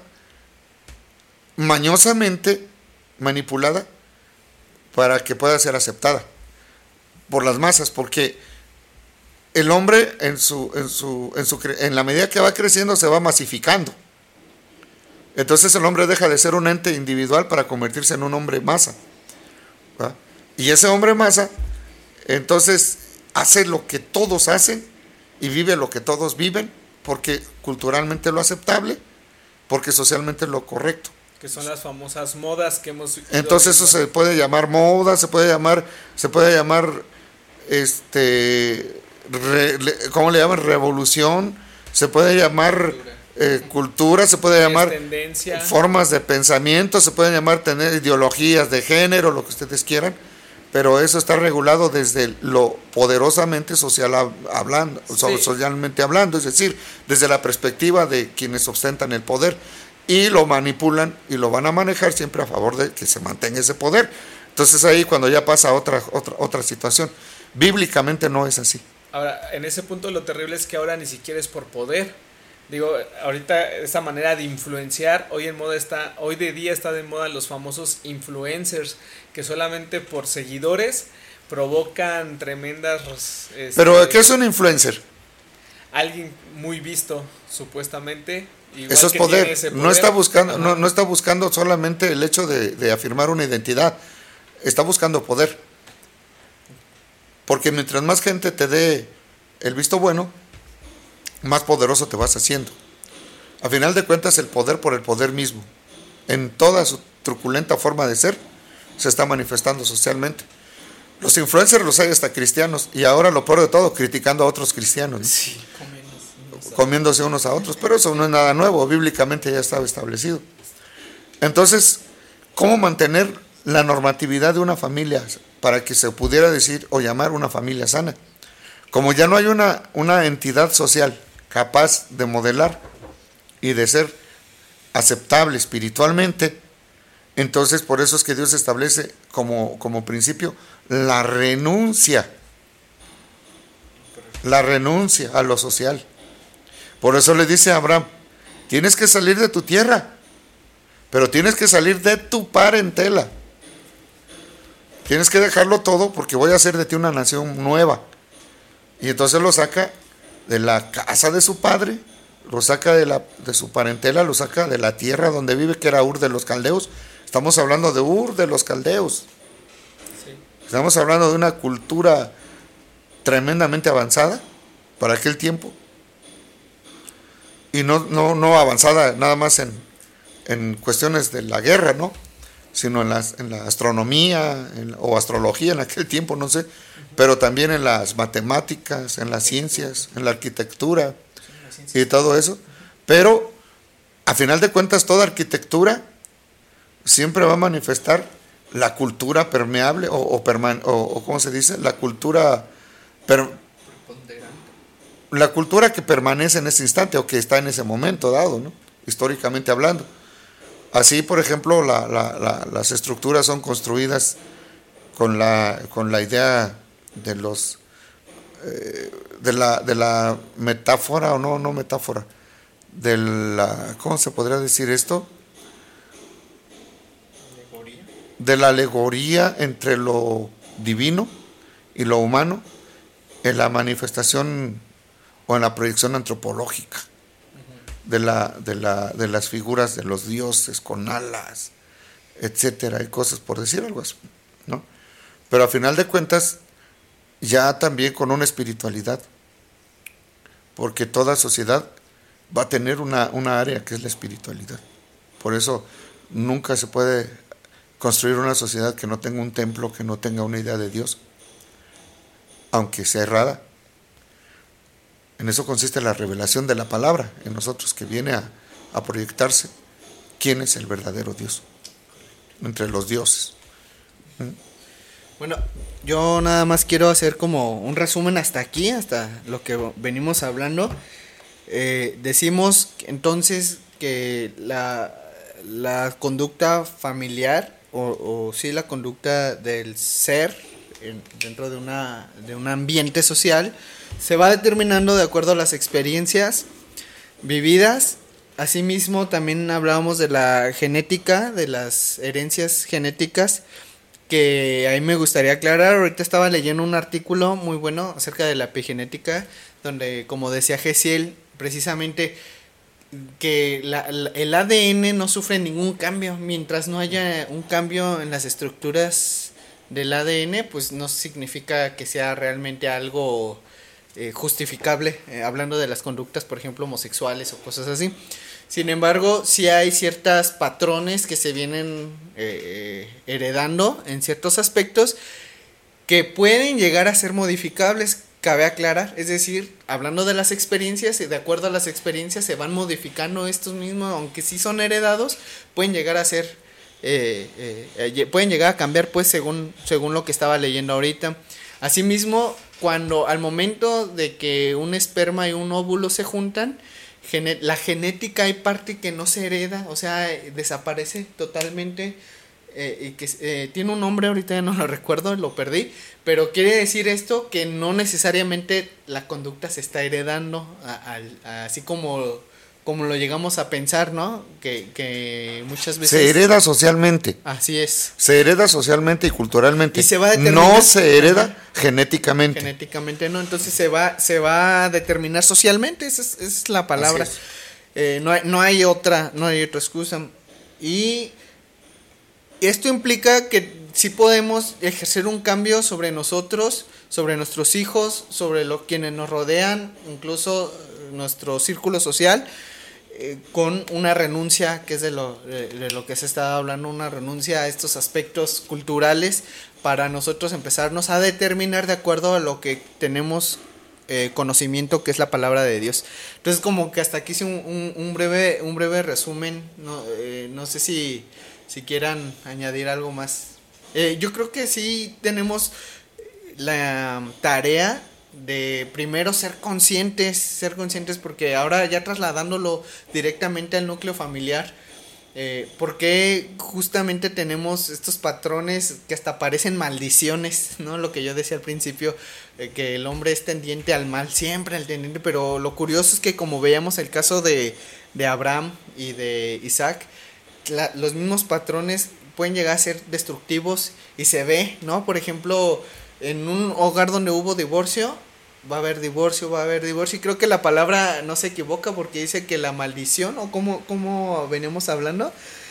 Speaker 2: mañosamente manipulada para que pueda ser aceptada por las masas, porque el hombre en su, en su, en su, en la medida que va creciendo se va masificando. Entonces el hombre deja de ser un ente individual para convertirse en un hombre masa, ¿verdad? Y ese hombre masa entonces hace lo que todos hacen y vive lo que todos viven, porque culturalmente es lo aceptable, porque socialmente es lo correcto.
Speaker 4: Que son las famosas modas que hemos...
Speaker 2: Entonces eso se puede llamar moda, se puede llamar, se puede llamar, este, re, le, ¿cómo le llaman? Revolución, se puede llamar eh, cultura, se puede llamar
Speaker 4: tendencia,
Speaker 2: formas de pensamiento, se pueden llamar tener ideologías de género, lo que ustedes quieran, pero eso está regulado desde lo poderosamente social hablando, sí. socialmente hablando, es decir, desde la perspectiva de quienes ostentan el poder. Y lo manipulan y lo van a manejar siempre a favor de que se mantenga ese poder. Entonces ahí cuando ya pasa otra, otra, otra situación. Bíblicamente no es así.
Speaker 4: Ahora, en ese punto lo terrible es que ahora ni siquiera es por poder. Digo, ahorita esa manera de influenciar, hoy en moda está, hoy de día está de moda los famosos influencers, que solamente por seguidores provocan tremendas... Este,
Speaker 2: Pero, ¿qué es un influencer?
Speaker 4: Alguien muy visto, supuestamente.
Speaker 2: Eso es poder. poder. No está buscando, no, no está buscando solamente el hecho de, de afirmar una identidad, está buscando poder. Porque mientras más gente te dé el visto bueno, más poderoso te vas haciendo. A final de cuentas, el poder por el poder mismo, en toda su truculenta forma de ser, se está manifestando socialmente. Los influencers los hay hasta cristianos, y ahora lo peor de todo, criticando a otros cristianos, ¿no?
Speaker 3: Sí,
Speaker 2: comiéndose unos a otros, pero eso no es nada nuevo, bíblicamente ya estaba establecido. Entonces, ¿cómo mantener la normatividad de una familia para que se pudiera decir o llamar una familia sana? Como ya no hay una, una entidad social capaz de modelar y de ser aceptable espiritualmente, entonces por eso es que Dios establece como, como principio la renuncia, la renuncia a lo social. Por eso le dice a Abraham, tienes que salir de tu tierra, pero tienes que salir de tu parentela. Tienes que dejarlo todo porque voy a hacer de ti una nación nueva. Y entonces lo saca de la casa de su padre, lo saca de, la, de su parentela, lo saca de la tierra donde vive, que era Ur de los Caldeos. Estamos hablando de Ur de los Caldeos. Sí. Estamos hablando de una cultura tremendamente avanzada para aquel tiempo. Y no, no, no avanzada nada más en, en cuestiones de la guerra, ¿no? Sino en, las, en la astronomía en, o astrología en aquel tiempo, no sé, pero también en las matemáticas, en las ciencias, en la arquitectura y todo eso. Pero, a final de cuentas, toda arquitectura siempre va a manifestar la cultura permeable o, o, perman, o, o ¿cómo se dice? La cultura... Per, la cultura que permanece en ese instante o que está en ese momento dado, ¿no? Históricamente hablando. Así, por ejemplo, la, la, la, las estructuras son construidas con la, con la idea de los eh, de la de la metáfora o no no metáfora de la, ¿cómo se podría decir esto? ¿Alegoría? De la alegoría entre lo divino y lo humano en la manifestación o en la proyección antropológica de, la, de, la, de las figuras de los dioses con alas, etcétera, y cosas por decir algo así, ¿no? Pero a final de cuentas, ya también con una espiritualidad, porque toda sociedad va a tener una, una área que es la espiritualidad. Por eso nunca se puede construir una sociedad que no tenga un templo, que no tenga una idea de Dios, aunque sea errada. En eso consiste la revelación de la palabra en nosotros, que viene a, a proyectarse quién es el verdadero Dios entre los dioses. ¿Mm?
Speaker 3: Bueno, yo nada más quiero hacer como un resumen hasta aquí, hasta lo que venimos hablando. Eh, decimos entonces que la, la conducta familiar o, o sí la conducta del ser en, dentro de, una, de un ambiente social se va determinando de acuerdo a las experiencias vividas. Asimismo, también hablábamos de la genética, de las herencias genéticas, que ahí me gustaría aclarar. Ahorita estaba leyendo un artículo muy bueno acerca de la epigenética, donde, como decía Gesiel, precisamente que la, la, el A D N no sufre ningún cambio. Mientras no haya un cambio en las estructuras del A D N, pues no significa que sea realmente algo eh, justificable, eh, hablando de las conductas, por ejemplo, homosexuales o cosas así. Sin embargo, sí hay ciertos patrones que se vienen eh, heredando en ciertos aspectos que pueden llegar a ser modificables, cabe aclarar. Es decir, hablando de las experiencias, de acuerdo a las experiencias se van modificando estos mismos, aunque sí son heredados, pueden llegar a ser, eh, eh, pueden llegar a cambiar, pues, según, según lo que estaba leyendo ahorita. Asimismo, cuando al momento de que un esperma y un óvulo se juntan, la genética hay parte que no se hereda, o sea, desaparece totalmente, eh, y que eh, tiene un nombre, ahorita ya no lo recuerdo, lo perdí, pero quiere decir esto que no necesariamente la conducta se está heredando, a, a, a, así como, como lo llegamos a pensar, ¿no? Que, que muchas veces...
Speaker 2: Se hereda socialmente.
Speaker 3: Así es.
Speaker 2: Se hereda socialmente y culturalmente.
Speaker 3: Y se va a determinar...
Speaker 2: No se hereda
Speaker 3: Ajá.
Speaker 2: genéticamente.
Speaker 3: Genéticamente no, entonces se va, se va a determinar socialmente, esa es, esa es la palabra.
Speaker 2: Así es.
Speaker 3: Eh, no, hay, no hay otra, no hay otra excusa. Y esto implica que sí podemos ejercer un cambio sobre nosotros, sobre nuestros hijos, sobre los quienes nos rodean, incluso nuestro círculo social, eh, con una renuncia, que es de lo, de, de lo que se está hablando, una renuncia a estos aspectos culturales para nosotros empezarnos a determinar de acuerdo a lo que tenemos eh, conocimiento, que es la palabra de Dios. Entonces, como que hasta aquí hice un, un, un breve un breve resumen, no, eh, no sé si, si quieran añadir algo más. Eh, yo creo que sí tenemos la tarea de primero ser conscientes, ser conscientes porque ahora ya trasladándolo directamente al núcleo familiar, eh, porque justamente tenemos estos patrones que hasta parecen maldiciones, ¿no? Lo que yo decía al principio, eh, que el hombre es tendiente al mal, siempre al tendiente, pero lo curioso es que como veíamos el caso de, de Abraham y de Isaac, la, los mismos patrones pueden llegar a ser destructivos y se ve, ¿no? Por ejemplo, en un hogar donde hubo divorcio, va a haber divorcio, va a haber divorcio. Y creo que la palabra no se equivoca porque dice que la maldición, o como, como venimos hablando,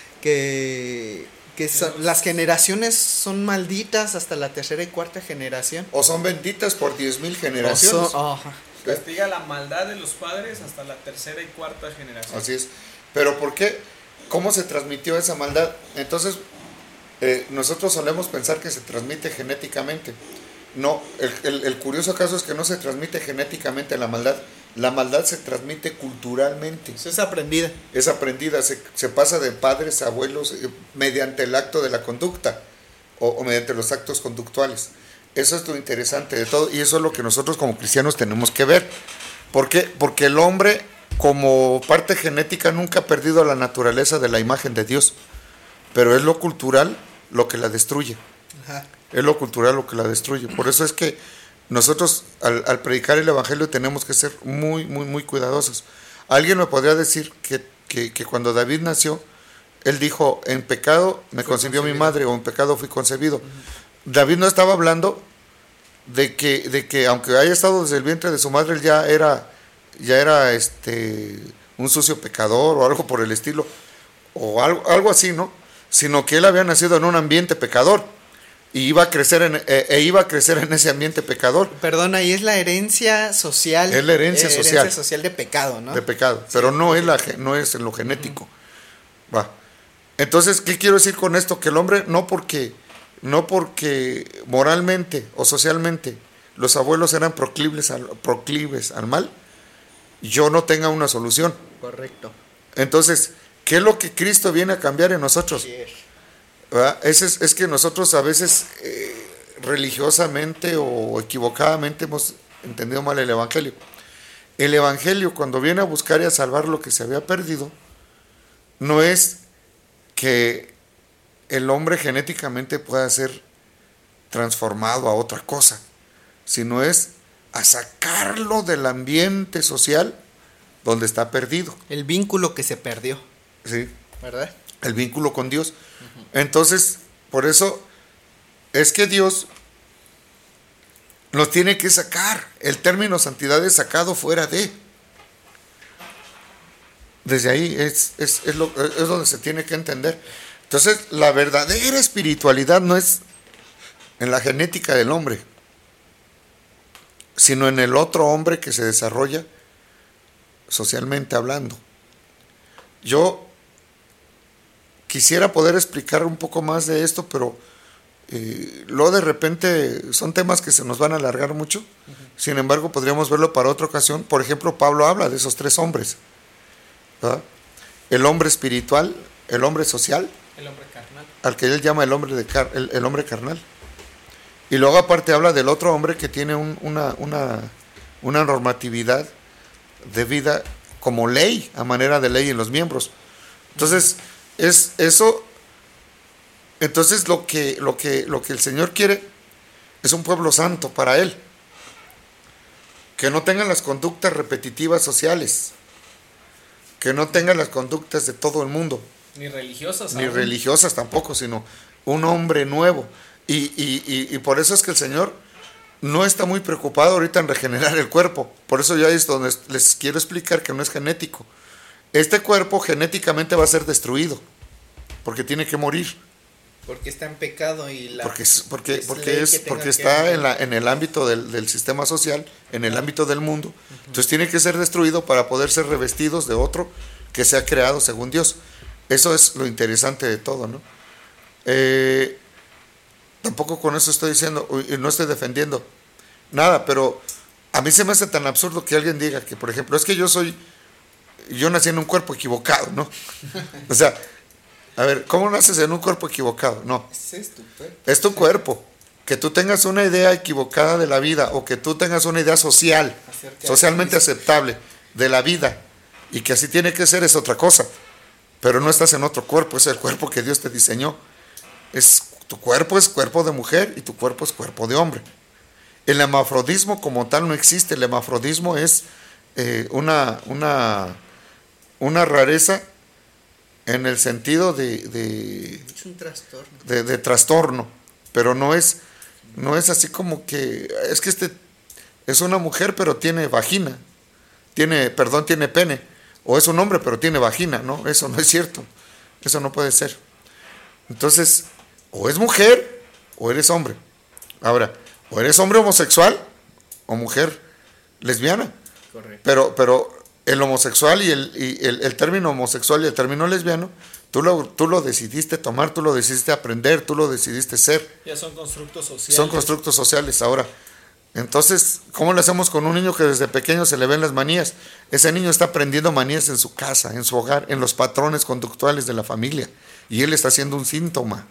Speaker 3: que, que son, las generaciones son malditas hasta la tercera y cuarta generación.
Speaker 2: O son benditas por diez mil generaciones.
Speaker 3: O son, oh,
Speaker 4: Castiga la maldad de los padres hasta la tercera y cuarta generación.
Speaker 2: Así es. Pero ¿por qué? ¿Cómo se transmitió esa maldad? Entonces, eh, nosotros solemos pensar que se transmite genéticamente. No, el, el, el curioso caso es que no se transmite genéticamente la maldad. La maldad se transmite culturalmente.
Speaker 3: Eso es aprendida.
Speaker 2: Es aprendida, se, se pasa de padres a abuelos eh, mediante el acto de la conducta o, o mediante los actos conductuales. Eso es lo interesante de todo y eso es lo que nosotros como cristianos tenemos que ver. ¿Por qué? Porque el hombre, como parte genética, nunca ha perdido la naturaleza de la imagen de Dios, pero es lo cultural lo que la destruye.
Speaker 3: Ajá.
Speaker 2: Es lo cultural lo que la destruye. Por eso es que nosotros al, al predicar el evangelio tenemos que ser muy, muy, muy cuidadosos. Alguien me podría decir que, que, que cuando David nació, él dijo, en pecado me concibió mi madre, o en pecado fui concebido. Uh-huh. David no estaba hablando de que, de que aunque haya estado desde el vientre de su madre, él ya era, ya era este, un sucio pecador o algo por el estilo, o algo, algo así, ¿no? Sino que él había nacido en un ambiente pecador. Y iba a crecer en, eh, e iba a crecer en ese ambiente pecador.
Speaker 3: Perdón, ahí es la herencia social.
Speaker 2: Es la herencia
Speaker 3: eh,
Speaker 2: social.
Speaker 3: Herencia social de pecado, ¿no?
Speaker 2: De pecado, pero sí, no, es la, no es en lo genético. Uh-huh. Va. Entonces, ¿qué quiero decir con esto? Que el hombre, no porque, no porque moralmente o socialmente los abuelos eran proclives al, proclives al mal, yo no tenga una solución.
Speaker 3: Correcto.
Speaker 2: Entonces, ¿qué es lo que Cristo viene a cambiar en nosotros?
Speaker 3: Sí.
Speaker 2: Es, es, es que nosotros a veces eh, religiosamente o equivocadamente hemos entendido mal el evangelio. El evangelio, cuando viene a buscar y a salvar lo que se había perdido, no es que el hombre genéticamente pueda ser transformado a otra cosa, sino es a sacarlo del ambiente social donde está perdido.
Speaker 3: El vínculo que se perdió.
Speaker 2: Sí.
Speaker 3: ¿Verdad?
Speaker 2: El vínculo con Dios. Entonces, por eso es que Dios nos tiene que sacar. El término santidad es sacado fuera de. Desde ahí es, es, es, lo, es donde se tiene que entender. Entonces, la verdadera espiritualidad no es en la genética del hombre, sino en el otro hombre que se desarrolla socialmente hablando. Yo quisiera poder explicar un poco más de esto, pero eh, luego de repente son temas que se nos van a alargar mucho. Uh-huh. Sin embargo, podríamos verlo para otra ocasión. Por ejemplo, Pablo habla de esos tres hombres, ¿verdad? El hombre espiritual, el hombre social,
Speaker 4: el hombre carnal,
Speaker 2: al que él llama el hombre, de car- el, el hombre carnal. Y luego aparte habla del otro hombre que tiene un, una, una, una normatividad de vida como ley, a manera de ley en los miembros. Entonces, es eso. Entonces lo que, lo que, lo que el Señor quiere es un pueblo santo para Él, que no tengan las conductas repetitivas sociales, que no tenga las conductas de todo el mundo.
Speaker 4: Ni religiosas.
Speaker 2: Ni
Speaker 4: aún.
Speaker 2: religiosas tampoco, sino un hombre nuevo. Y, y, y, y por eso es que el Señor no está muy preocupado ahorita en regenerar el cuerpo. Por eso ya es donde les quiero explicar que no es genético. Este cuerpo genéticamente va a ser destruido, porque tiene que morir.
Speaker 3: Porque está en pecado y la...
Speaker 2: Porque, es- porque,
Speaker 3: es
Speaker 2: porque,
Speaker 3: ley
Speaker 2: es,
Speaker 3: que tenga
Speaker 2: porque
Speaker 3: que
Speaker 2: está
Speaker 3: haber.
Speaker 2: en, la, en el ámbito del, del sistema social, en el ámbito del mundo. Entonces tiene que ser destruido para poder ser revestidos de otro que sea creado según Dios. Eso es lo interesante de todo, ¿no? Eh, tampoco con eso estoy diciendo, y no estoy defendiendo nada, pero a mí se me hace tan absurdo que alguien diga que, por ejemplo, es que yo soy, yo nací en un cuerpo equivocado, ¿no? O sea, a ver, ¿cómo naces en un cuerpo equivocado? No,
Speaker 3: Es esto, pues.
Speaker 2: es tu cuerpo. Que tú tengas una idea equivocada de la vida o que tú tengas una idea social,
Speaker 3: Acerca de
Speaker 2: socialmente
Speaker 3: Cristo.
Speaker 2: aceptable de la vida y que así tiene que ser es otra cosa. Pero no estás en otro cuerpo, es el cuerpo que Dios te diseñó. Es, tu cuerpo es cuerpo de mujer y tu cuerpo es cuerpo de hombre. El hermafrodismo como tal no existe. El hermafrodismo es eh, una, una, una rareza en el sentido de, de,
Speaker 3: Es un trastorno.
Speaker 2: de, de trastorno, pero no es, no es así como que, es que este es una mujer pero tiene vagina, tiene, perdón, tiene pene, o es un hombre pero tiene vagina, no, eso no es cierto, eso no puede ser. Entonces, o es mujer o eres hombre. Ahora, o eres hombre homosexual o mujer lesbiana.
Speaker 3: Correcto.
Speaker 2: Pero, pero el homosexual y el, y el, el término homosexual y el término lesbiano, tú lo, tú lo decidiste tomar, tú lo decidiste aprender, tú lo decidiste ser.
Speaker 4: Ya son constructos sociales.
Speaker 2: Son constructos sociales ahora. Entonces, ¿cómo lo hacemos con un niño que desde pequeño se le ven las manías? Ese niño está aprendiendo manías en su casa, en su hogar, en los patrones conductuales de la familia. Y él está siendo un síntoma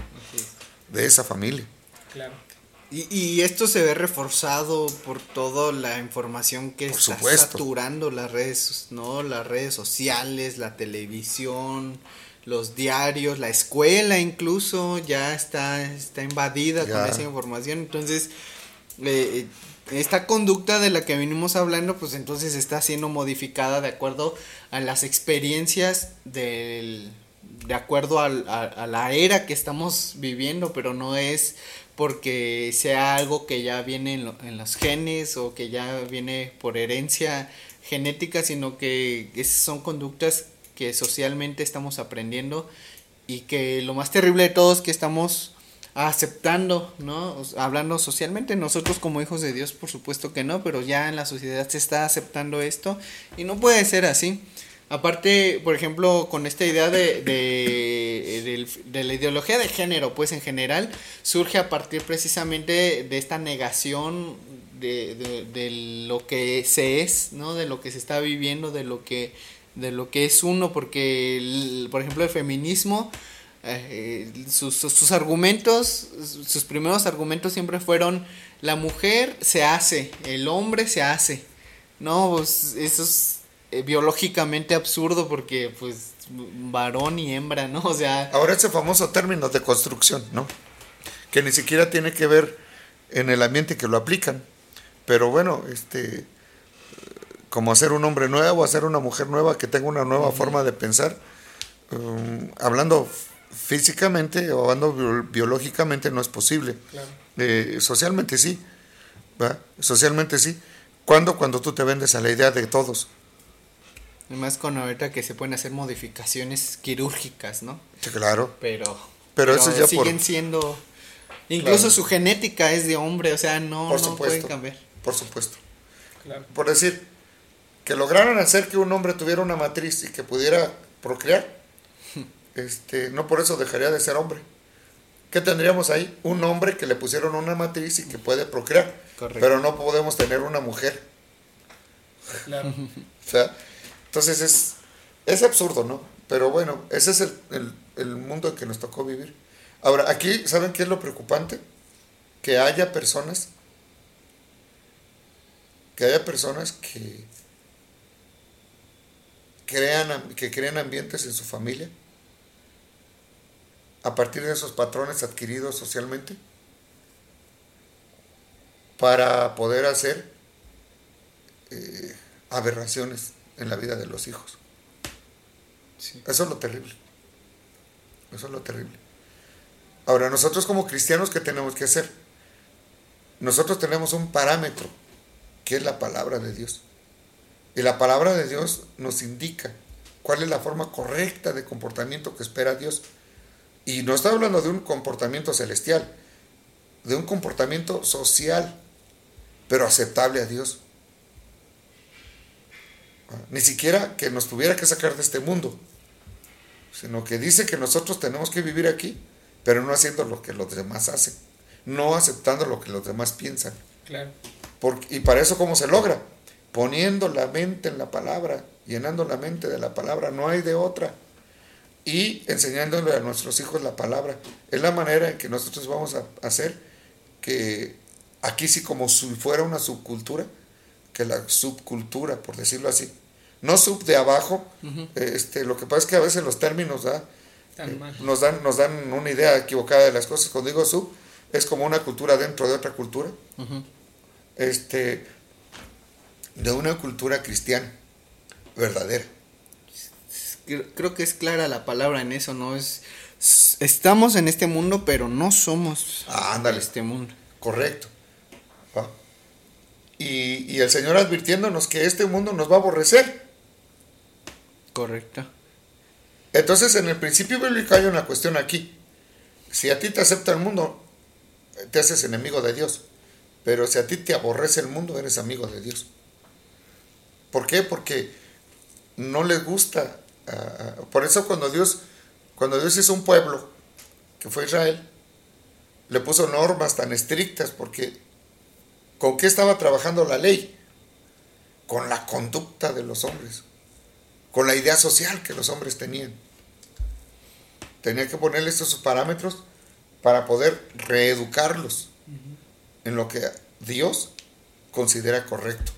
Speaker 2: de esa familia.
Speaker 4: Claro.
Speaker 3: Y, y esto se ve reforzado por toda la información que
Speaker 2: Por
Speaker 3: está
Speaker 2: supuesto.
Speaker 3: saturando las redes, ¿no? Las redes sociales, la televisión, los diarios, la escuela incluso ya está, está invadida
Speaker 2: Ya.
Speaker 3: con esa información. Entonces, eh, esta conducta de la que venimos hablando, pues entonces está siendo modificada de acuerdo a las experiencias del, de acuerdo al- a, a la era que estamos viviendo, pero no es porque sea algo que ya viene en, lo- en los genes o que ya viene por herencia genética, sino que es- son conductas que socialmente estamos aprendiendo y que lo más terrible de todo es que estamos aceptando, ¿no? O sea, hablando socialmente, nosotros como hijos de Dios, por supuesto que no, pero ya en la sociedad se está aceptando esto y no puede ser así. Aparte, por ejemplo, con esta idea de, de, del- de la ideología de género, pues en general, surge a partir precisamente de esta negación de, de, de lo que se es, ¿no? De lo que se está viviendo, de lo que, de lo que es uno, porque, el- por ejemplo, el feminismo, eh, sus, sus, sus argumentos, sus primeros argumentos siempre fueron, la mujer se hace, el hombre se hace, ¿no? Pues eso es eh, biológicamente absurdo porque pues varón y hembra, ¿no? O sea,
Speaker 2: Ahora ese famoso término de construcción, ¿no? Que ni siquiera tiene que ver en el ambiente que lo aplican. Pero bueno, este, como hacer un hombre nuevo, hacer una mujer nueva que tenga una nueva forma de pensar, um, hablando físicamente o hablando bio- biológicamente no es posible.
Speaker 4: Claro.
Speaker 2: Eh, socialmente sí, ¿va? Socialmente sí. ¿Cuándo? Cuando tú te vendes a la idea de todos.
Speaker 3: además con ahorita que se pueden hacer modificaciones quirúrgicas, ¿no?
Speaker 2: Sí, claro.
Speaker 3: Pero,
Speaker 2: Pero eso ya por-
Speaker 3: siguen siendo, incluso
Speaker 2: Claro.
Speaker 3: su genética es de hombre, o sea, no,
Speaker 2: Por
Speaker 3: no
Speaker 2: supuesto.
Speaker 3: pueden cambiar.
Speaker 2: Por supuesto.
Speaker 4: Claro.
Speaker 2: Por decir, que lograran hacer que un hombre tuviera una matriz y que pudiera procrear, este, no por eso dejaría de ser hombre. ¿Qué tendríamos ahí? Un hombre que le pusieron una matriz y que puede procrear,
Speaker 3: Correcto.
Speaker 2: pero no podemos tener una mujer.
Speaker 4: Claro.
Speaker 2: O sea, entonces es, es absurdo, ¿no? Pero bueno, ese es el, el, el mundo en que nos tocó vivir. Ahora, aquí, ¿saben qué es lo preocupante? Que haya personas, que haya personas que crean, am- que crean ambientes en su familia a partir de esos patrones adquiridos socialmente para poder hacer eh, aberraciones en la vida de los hijos.
Speaker 3: Sí.
Speaker 2: Eso es lo terrible. Eso es lo terrible. Ahora, nosotros como cristianos, ¿qué tenemos que hacer? Nosotros tenemos un parámetro, que es la palabra de Dios. Y la palabra de Dios nos indica cuál es la forma correcta de comportamiento que espera Dios. Y no está hablando de un comportamiento celestial, de un comportamiento social, pero aceptable a Dios. Ni siquiera que nos tuviera que sacar de este mundo, sino que dice que nosotros tenemos que vivir aquí, pero no haciendo lo que los demás hacen, no aceptando lo que los demás piensan.
Speaker 4: Claro.
Speaker 2: Porque, y para eso, ¿cómo se logra? Poniendo la mente en la palabra, llenando la mente de la palabra, no hay de otra. Y enseñándole a nuestros hijos la palabra. Es la manera en que nosotros vamos a hacer que aquí sí, como si fuera una subcultura, que la subcultura, por decirlo así, no sub de abajo. Uh-huh. este, lo que pasa es que a veces los términos ¿da? Eh, nos, dan, nos dan una idea equivocada de las cosas. Cuando digo sub, es como una cultura dentro de otra cultura. Uh-huh. este, de una cultura cristiana verdadera.
Speaker 3: Creo que es clara la palabra en eso, ¿no? Es, estamos en este mundo, pero no somos
Speaker 2: ah, ándale.
Speaker 3: este mundo.
Speaker 2: Correcto. ¿Va? Y, y el Señor advirtiéndonos que este mundo nos va a aborrecer.
Speaker 3: Correcto.
Speaker 2: Entonces, en el principio bíblico hay una cuestión aquí. Si a ti te acepta el mundo, te haces enemigo de Dios. Pero si a ti te aborrece el mundo, eres amigo de Dios. ¿Por qué? Porque no les gusta. Uh, por eso cuando Dios, cuando Dios hizo un pueblo, que fue Israel, le puso normas tan estrictas, porque ¿con qué estaba trabajando la ley? Con la conducta de los hombres, con la idea social que los hombres tenían. Tenía que ponerle estos parámetros para poder reeducarlos uh-huh. en lo que Dios considera correcto.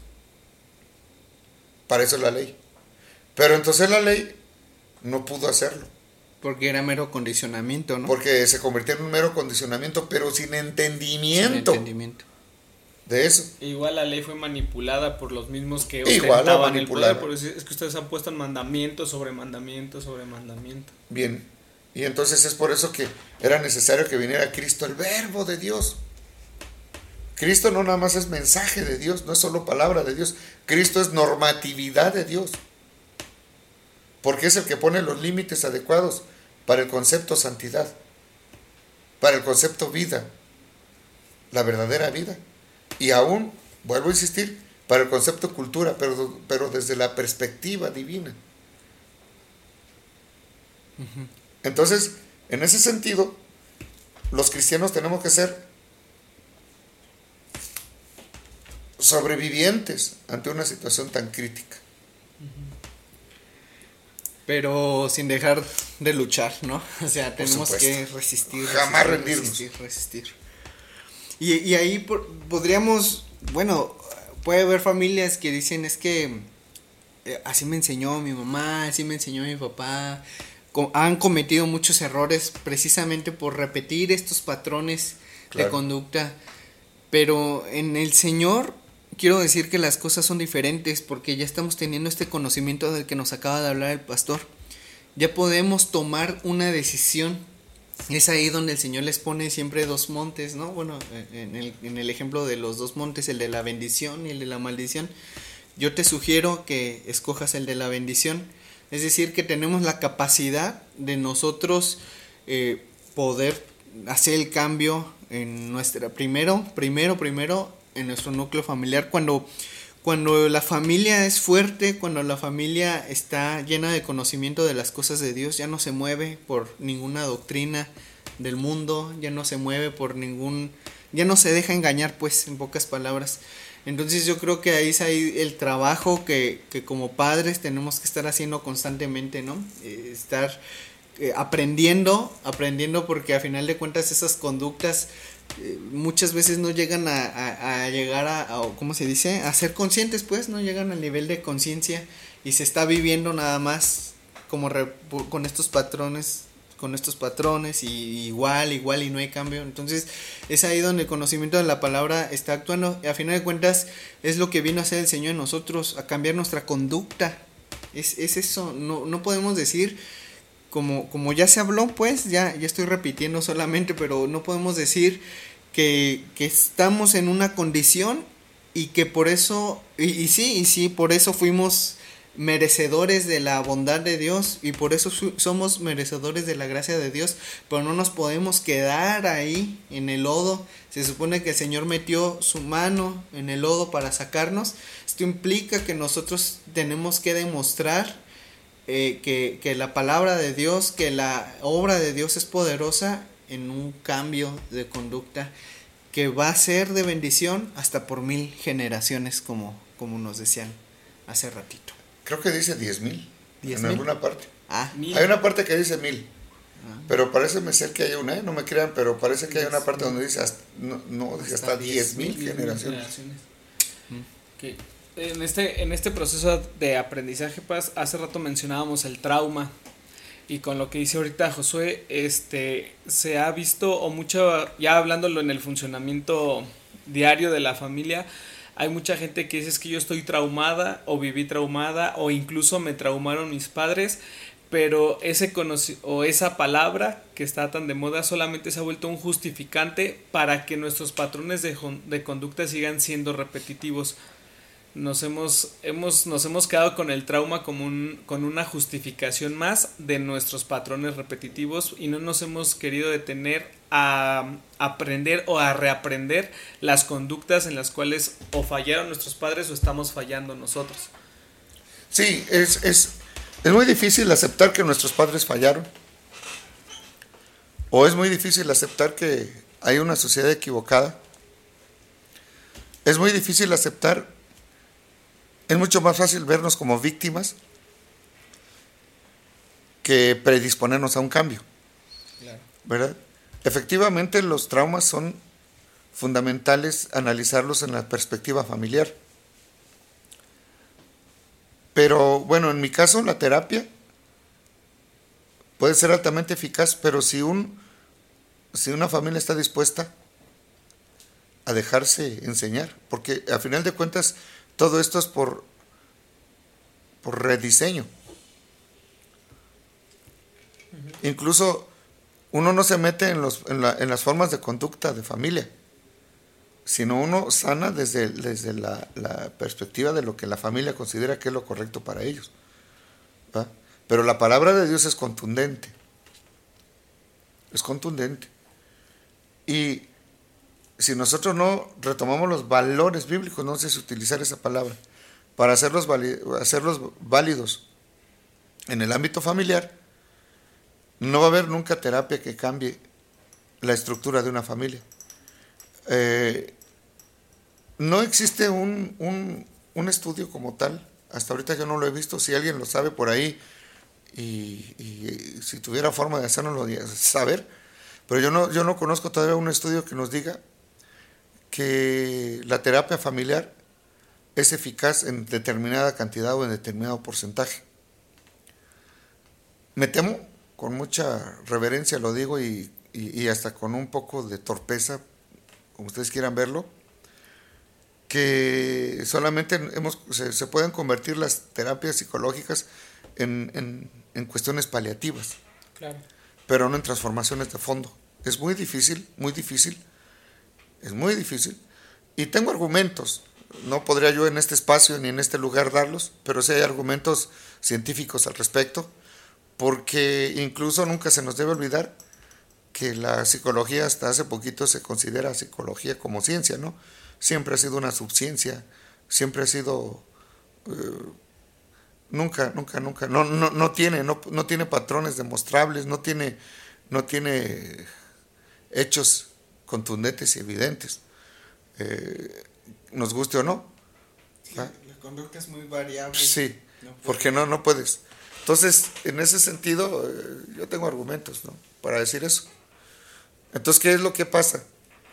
Speaker 2: Para eso es la ley. Pero entonces la ley no pudo hacerlo.
Speaker 3: Porque era mero condicionamiento, ¿no?
Speaker 2: Porque se convirtió en un mero condicionamiento, pero sin entendimiento.
Speaker 3: Sin entendimiento.
Speaker 2: De eso.
Speaker 4: Igual la ley fue manipulada por los mismos que
Speaker 2: ostentaban el poder.
Speaker 4: Por eso es que ustedes han puesto mandamiento sobre mandamiento sobre mandamiento.
Speaker 2: Bien. Y entonces es por eso que era necesario que viniera Cristo, el verbo de Dios. Cristo no nada más es mensaje de Dios, no es solo palabra de Dios. Cristo es normatividad de Dios. Porque es el que pone los límites adecuados para el concepto santidad, para el concepto vida, la verdadera vida. Y aún, vuelvo a insistir, para el concepto cultura, pero, pero desde la perspectiva divina. Uh-huh. Entonces, en ese sentido, los cristianos tenemos que ser sobrevivientes ante una situación tan crítica.
Speaker 3: Uh-huh. Pero sin dejar de luchar, ¿no? O sea, tenemos que resistir.
Speaker 2: Jamás
Speaker 3: resistir,
Speaker 2: rendirnos.
Speaker 3: Resistir, resistir. Y, y ahí por, podríamos, bueno, puede haber familias que dicen, es que eh, así me enseñó mi mamá, así me enseñó mi papá. Com- han cometido muchos errores precisamente por repetir estos patrones claro. de conducta. Pero en el Señor quiero decir que las cosas son diferentes, porque ya estamos teniendo este conocimiento del que nos acaba de hablar el pastor. Ya podemos tomar una decisión. Es ahí donde el Señor les pone siempre dos montes, ¿no? Bueno, en el, en el ejemplo de los dos montes, el de la bendición y el de la maldición. Yo te sugiero que escojas el de la bendición. Es decir, que tenemos la capacidad de nosotros eh, poder hacer el cambio en nuestra, primero, primero, primero, en nuestro núcleo familiar. Cuando, cuando la familia es fuerte, cuando la familia está llena de conocimiento de las cosas de Dios, ya no se mueve por ninguna doctrina del mundo, ya no se mueve por ningún, ya no se deja engañar, pues, en pocas palabras. Entonces yo creo que ahí es ahí el trabajo que, que como padres tenemos que estar haciendo constantemente, ¿no? Eh, estar eh, aprendiendo, aprendiendo porque a final de cuentas esas conductas eh, muchas veces no llegan a, a, a llegar a, a, ¿cómo se dice? A ser conscientes, pues, no llegan al nivel de conciencia y se está viviendo nada más como re, con estos patrones con estos patrones y igual, igual y no hay cambio. Entonces es ahí donde el conocimiento de la palabra está actuando y a final de cuentas es lo que vino a hacer el Señor en nosotros, a cambiar nuestra conducta, Es, es eso, no, no podemos decir, como, como ya se habló, pues, ya, ya estoy repitiendo solamente, pero no podemos decir que, que estamos en una condición y que por eso, y, y sí, y sí, por eso fuimos merecedores de la bondad de Dios y por eso su, somos merecedores de la gracia de Dios, pero no nos podemos quedar ahí en el lodo. Se supone que el Señor metió su mano en el lodo para sacarnos. Esto implica que nosotros tenemos que demostrar eh, que, que la palabra de Dios, que la obra de Dios es poderosa en un cambio de conducta que va a ser de bendición hasta por mil generaciones, como, como nos decían hace ratito.
Speaker 2: Creo que dice diez mil en
Speaker 3: mil
Speaker 2: alguna parte.
Speaker 3: Ah,
Speaker 4: Mil.
Speaker 2: Hay una parte que dice mil,
Speaker 3: ah.
Speaker 2: pero parece ser que hay una, ¿eh? No me crean, pero parece que hay una parte donde dice hasta, no, no, dice hasta diez mil generaciones.
Speaker 4: generaciones. Que en este, en este proceso de aprendizaje, Paz, hace rato mencionábamos el trauma. Y con lo que dice ahorita Josué, este, se ha visto, o mucho, ya hablándolo en el funcionamiento diario de la familia, hay mucha gente que dice es que yo estoy traumada, o viví traumada, o incluso me traumaron mis padres, pero ese conoci- o esa palabra que está tan de moda solamente se ha vuelto un justificante para que nuestros patrones de, de conducta sigan siendo repetitivos. Nos hemos, hemos, nos hemos quedado con el trauma como un, con una justificación más de nuestros patrones repetitivos y no nos hemos querido detener a aprender o a reaprender las conductas en las cuales o fallaron nuestros padres o estamos fallando nosotros.
Speaker 2: Sí, es, es, es muy difícil aceptar que nuestros padres fallaron. O es muy difícil aceptar que hay una sociedad equivocada. Es muy difícil aceptar. Es mucho más fácil vernos como víctimas que predisponernos a un cambio.
Speaker 3: Claro.
Speaker 2: ¿Verdad? Efectivamente, los traumas son fundamentales analizarlos en la perspectiva familiar. Pero bueno, en mi caso la terapia puede ser altamente eficaz, pero si, un, si una familia está dispuesta a dejarse enseñar, porque a final de cuentas todo esto es por, por rediseño. Uh-huh. Incluso uno no se mete en, los, en, la, en las formas de conducta de familia, sino uno sana desde, desde la, la perspectiva de lo que la familia considera que es lo correcto para ellos. ¿Va? Pero la palabra de Dios es contundente. Es contundente. Y si nosotros no retomamos los valores bíblicos, no sé si utilizar esa palabra, para hacerlos, hacerlos válidos en el ámbito familiar, no va a haber nunca terapia que cambie la estructura de una familia. Eh, no existe un, un, un estudio como tal, hasta ahorita yo no lo he visto, si alguien lo sabe por ahí y, y, y si tuviera forma de hacernoslo saber, pero yo no, yo no conozco todavía un estudio que nos diga que la terapia familiar es eficaz en determinada cantidad o en determinado porcentaje. Me temo, con mucha reverencia lo digo y, y, y hasta con un poco de torpeza, como ustedes quieran verlo, que solamente hemos, se, se pueden convertir las terapias psicológicas en, en, en cuestiones paliativas,
Speaker 4: claro,
Speaker 2: pero no en transformaciones de fondo. Es muy difícil, muy difícil, es muy difícil, y tengo argumentos, no podría yo en este espacio ni en este lugar darlos, pero sí hay argumentos científicos al respecto, porque incluso nunca se nos debe olvidar que la psicología hasta hace poquito se considera psicología como ciencia, ¿no? Siempre ha sido una subciencia, siempre ha sido, eh, nunca, nunca, nunca, no, no, no tiene, no, no tiene patrones demostrables, no tiene, no tiene hechos contundentes y evidentes, eh, nos guste o no.
Speaker 3: Sí, la conducta es muy variable.
Speaker 2: Sí,
Speaker 3: no
Speaker 2: porque no, no puedes. Entonces, en ese sentido, eh, yo tengo argumentos, ¿no?, para decir eso. Entonces, ¿qué es lo que pasa?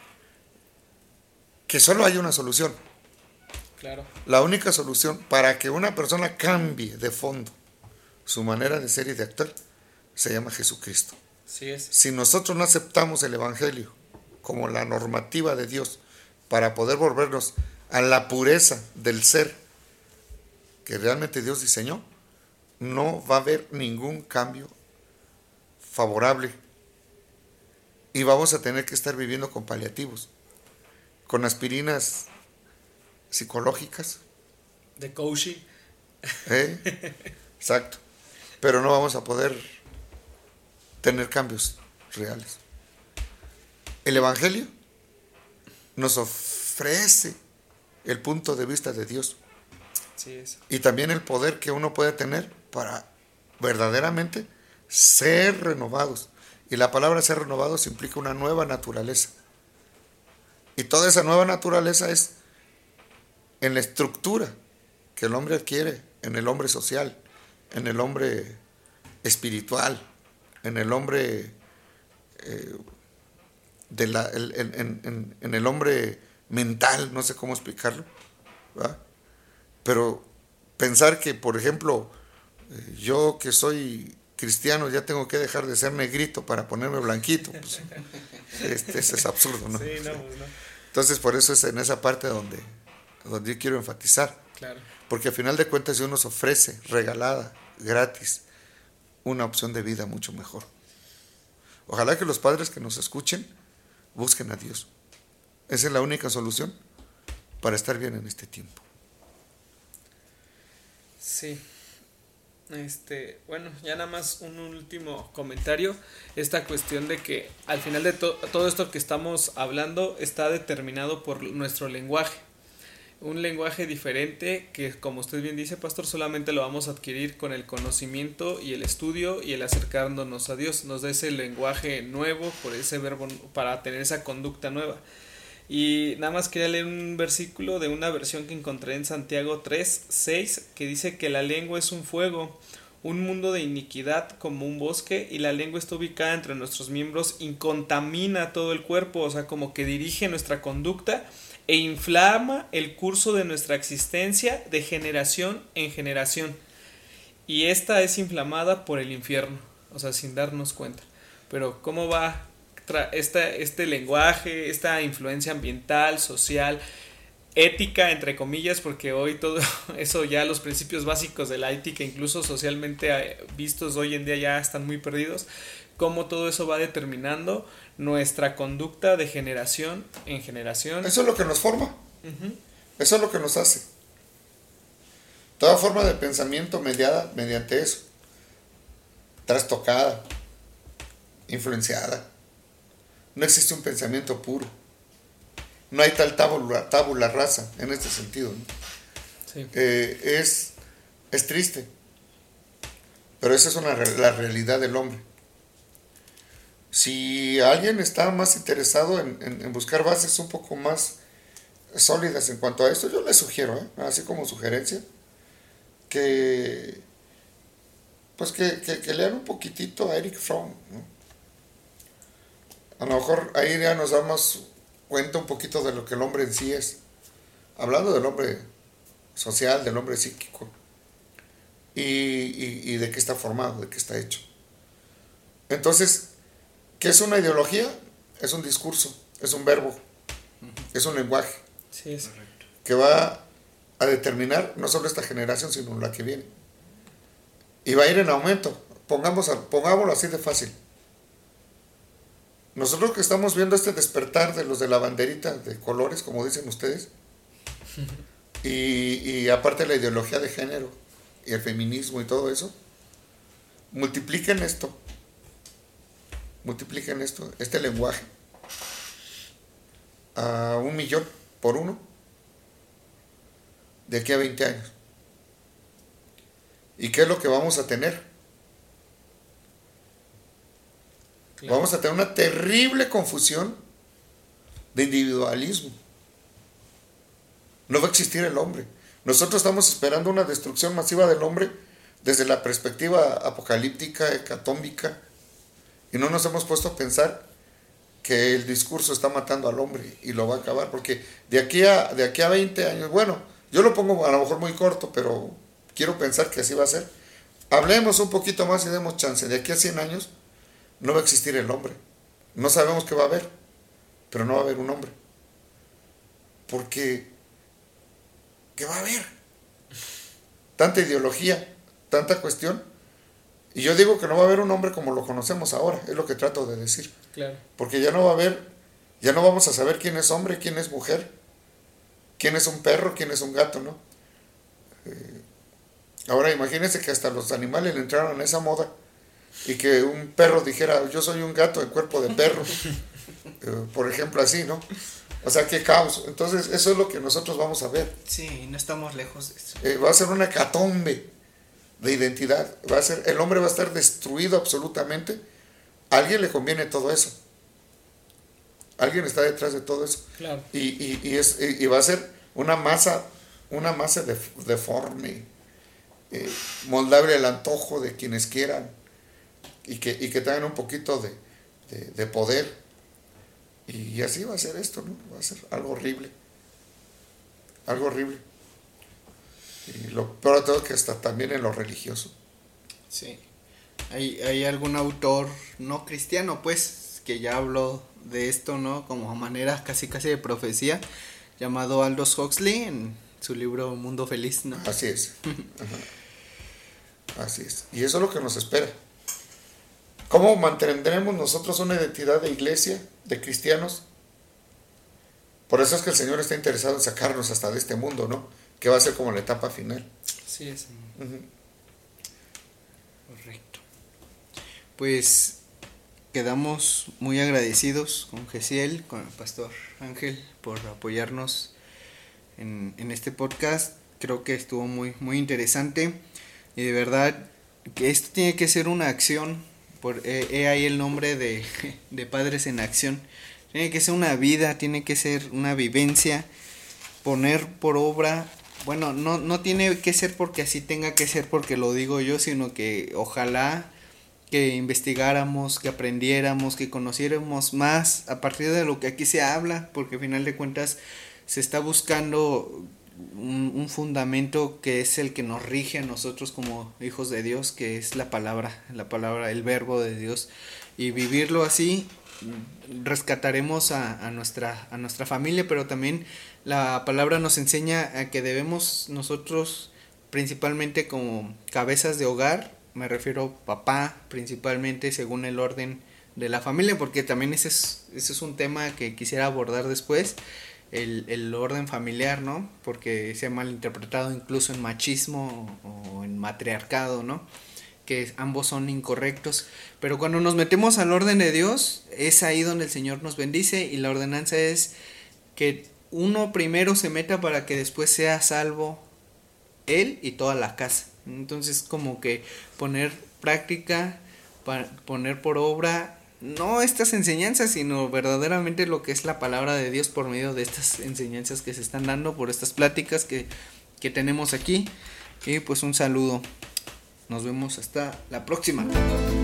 Speaker 2: Que solo hay una solución.
Speaker 4: Claro.
Speaker 2: La única solución para que una persona cambie de fondo su manera de ser y de actuar se llama Jesucristo.
Speaker 4: Sí es.
Speaker 2: Si nosotros no aceptamos el Evangelio como la normativa de Dios para poder volvernos a la pureza del ser que realmente Dios diseñó, no va a haber ningún cambio favorable y vamos a tener que estar viviendo con paliativos, con aspirinas psicológicas.
Speaker 4: De coaching.
Speaker 2: ¿Eh? Exacto. Pero no vamos a poder tener cambios reales. El Evangelio nos ofrece el punto de vista de Dios.
Speaker 4: Sí, es.
Speaker 2: Y también el poder que uno puede tener para verdaderamente ser renovados. Y la palabra ser renovados implica una nueva naturaleza. Y toda esa nueva naturaleza es en la estructura que el hombre adquiere, en el hombre social, en el hombre espiritual, en el hombre eh, de la, el, en, en, en el hombre mental, no sé cómo explicarlo, ¿verdad? Pero pensar que, por ejemplo, eh, yo que soy cristiano ya tengo que dejar de ser negrito para ponerme blanquito, pues, este, eso es absurdo, ¿no?
Speaker 4: Sí, no, pues no.
Speaker 2: Entonces por eso es en esa parte donde, donde yo quiero enfatizar.
Speaker 4: Claro.
Speaker 2: Porque al final de cuentas Dios nos ofrece regalada, gratis, una opción de vida mucho mejor. Ojalá que los padres que nos escuchen busquen a Dios. Esa es la única solución para estar bien en este tiempo.
Speaker 4: Sí. Este, bueno, ya nada más un último comentario. Esta cuestión de que al final de to- todo esto que estamos hablando está determinado por nuestro lenguaje. Un lenguaje diferente que, como usted bien dice, pastor, solamente lo vamos a adquirir con el conocimiento y el estudio y el acercándonos a Dios. Nos da ese lenguaje nuevo, por ese verbo, para tener esa conducta nueva. Y nada más quería leer un versículo de una versión que encontré en Santiago tres, seis, que dice que la lengua es un fuego, un mundo de iniquidad como un bosque, y la lengua está ubicada entre nuestros miembros y contamina todo el cuerpo, o sea, como que dirige nuestra conducta e inflama el curso de nuestra existencia de generación en generación. Y esta es inflamada por el infierno, o sea, sin darnos cuenta. Pero ¿cómo va tra- esta, este lenguaje, esta influencia ambiental, social, ética, entre comillas, porque hoy todo eso, ya los principios básicos de la ética, incluso socialmente vistos hoy en día, ya están muy perdidos? Cómo todo eso va determinando nuestra conducta de generación en generación.
Speaker 2: Eso es lo que nos forma.
Speaker 4: Uh-huh.
Speaker 2: Eso es lo que nos hace. Toda forma de pensamiento mediada mediante eso. Trastocada. Influenciada. No existe un pensamiento puro. No hay tal tabula, tabula rasa en este sentido, ¿no?
Speaker 4: Sí.
Speaker 2: Eh, es, es triste. Pero esa es una, la realidad del hombre. Si alguien está más interesado en, en, en buscar bases un poco más sólidas en cuanto a esto, yo le sugiero, ¿eh? Así como sugerencia, que pues que, que, que lean un poquitito a Erich Fromm, ¿no? A lo mejor ahí ya nos damos cuenta un poquito de lo que el hombre en sí es, hablando del hombre social, del hombre psíquico, y, y, y de qué está formado, de qué está hecho. Entonces, ¿qué es una ideología? Es un discurso, es un verbo, es un lenguaje.
Speaker 4: Sí, es
Speaker 2: que va a determinar no solo esta generación, sino la que viene. Y va a ir en aumento. Pongamos a, pongámoslo así de fácil. Nosotros que estamos viendo este despertar de los de la banderita de colores, como dicen ustedes, y, y aparte la ideología de género y el feminismo y todo eso, multipliquen esto. Multipliquen esto, este lenguaje, a un millón por uno de aquí a veinte años. ¿Y qué es lo que vamos a tener? Claro. Vamos a tener una terrible confusión de individualismo. No va a existir el hombre. Nosotros estamos esperando una destrucción masiva del hombre desde la perspectiva apocalíptica, hecatómbica, y no nos hemos puesto a pensar que el discurso está matando al hombre y lo va a acabar, porque de aquí a, de aquí a veinte años, bueno, yo lo pongo a lo mejor muy corto, pero quiero pensar que así va a ser. Hablemos un poquito más y demos chance. De aquí a cien años no va a existir el hombre. No sabemos qué va a haber, pero no va a haber un hombre. Porque, ¿qué va a haber? Tanta ideología, tanta cuestión. Y yo digo que no va a haber un hombre como lo conocemos ahora, es lo que trato de decir.
Speaker 4: Claro.
Speaker 2: Porque ya no va a haber, ya no vamos a saber quién es hombre, quién es mujer, quién es un perro, quién es un gato, ¿no? Eh, ahora imagínense que hasta los animales le entraron a esa moda y que un perro dijera, yo soy un gato en cuerpo de perro, eh, por ejemplo, así, ¿no? O sea, qué caos. Entonces, eso es lo que nosotros vamos a ver.
Speaker 3: Sí, no estamos lejos de eso.
Speaker 2: Eh, va a ser una hecatombe de identidad. Va a ser, el hombre va a estar destruido absolutamente. A alguien le conviene todo eso. Alguien está detrás de todo eso.
Speaker 4: Claro.
Speaker 2: Y, y, y, es, y va a ser una masa, una masa def, deforme, eh, moldable al antojo de quienes quieran y que, y que tengan un poquito de, de, de poder. Y así va a ser esto, ¿no? Va a ser algo horrible. Algo horrible. Y lo peor de todo es que está también en lo religioso.
Speaker 3: Sí. Hay, hay algún autor no cristiano, pues, que ya habló de esto, ¿no? Como manera casi casi de profecía, llamado Aldous Huxley en su libro Mundo Feliz, ¿no?
Speaker 2: Así es. Ajá. Así es. Y eso es lo que nos espera. ¿Cómo mantendremos nosotros una identidad de iglesia, de cristianos? Por eso es que el Señor está interesado en sacarnos hasta de este mundo, ¿no? Que va a ser como la etapa final.
Speaker 3: Sí, es.
Speaker 2: Uh-huh.
Speaker 3: Correcto. Pues quedamos muy agradecidos con Gesiel, con el pastor Ángel, por apoyarnos en, en este podcast. Creo que estuvo muy, muy interesante. Y de verdad que esto tiene que ser una acción. Por, he, he ahí el nombre de, de Padres en Acción. Tiene que ser una vida, tiene que ser una vivencia, poner por obra. Bueno, no, no tiene que ser porque así tenga que ser porque lo digo yo, sino que ojalá que investigáramos, que aprendiéramos, que conociéramos más a partir de lo que aquí se habla, porque al final de cuentas se está buscando un, un fundamento que es el que nos rige a nosotros como hijos de Dios, que es la palabra, la palabra, el verbo de Dios, y vivirlo así rescataremos a, a nuestra a nuestra familia, pero también la palabra nos enseña a que debemos nosotros, principalmente como cabezas de hogar, me refiero papá principalmente según el orden de la familia, porque también ese es, ese es un tema que quisiera abordar después, el, el orden familiar, ¿no? Porque se ha malinterpretado incluso en machismo o, o en matriarcado, ¿no? Que ambos son incorrectos, pero cuando nos metemos al orden de Dios, es ahí donde el Señor nos bendice, y la ordenanza es que uno primero se meta para que después sea salvo él y toda la casa. Entonces, como que poner práctica, para poner por obra, no estas enseñanzas, sino verdaderamente lo que es la palabra de Dios por medio de estas enseñanzas que se están dando, por estas pláticas que, que tenemos aquí. Y pues un saludo. Nos vemos hasta la próxima.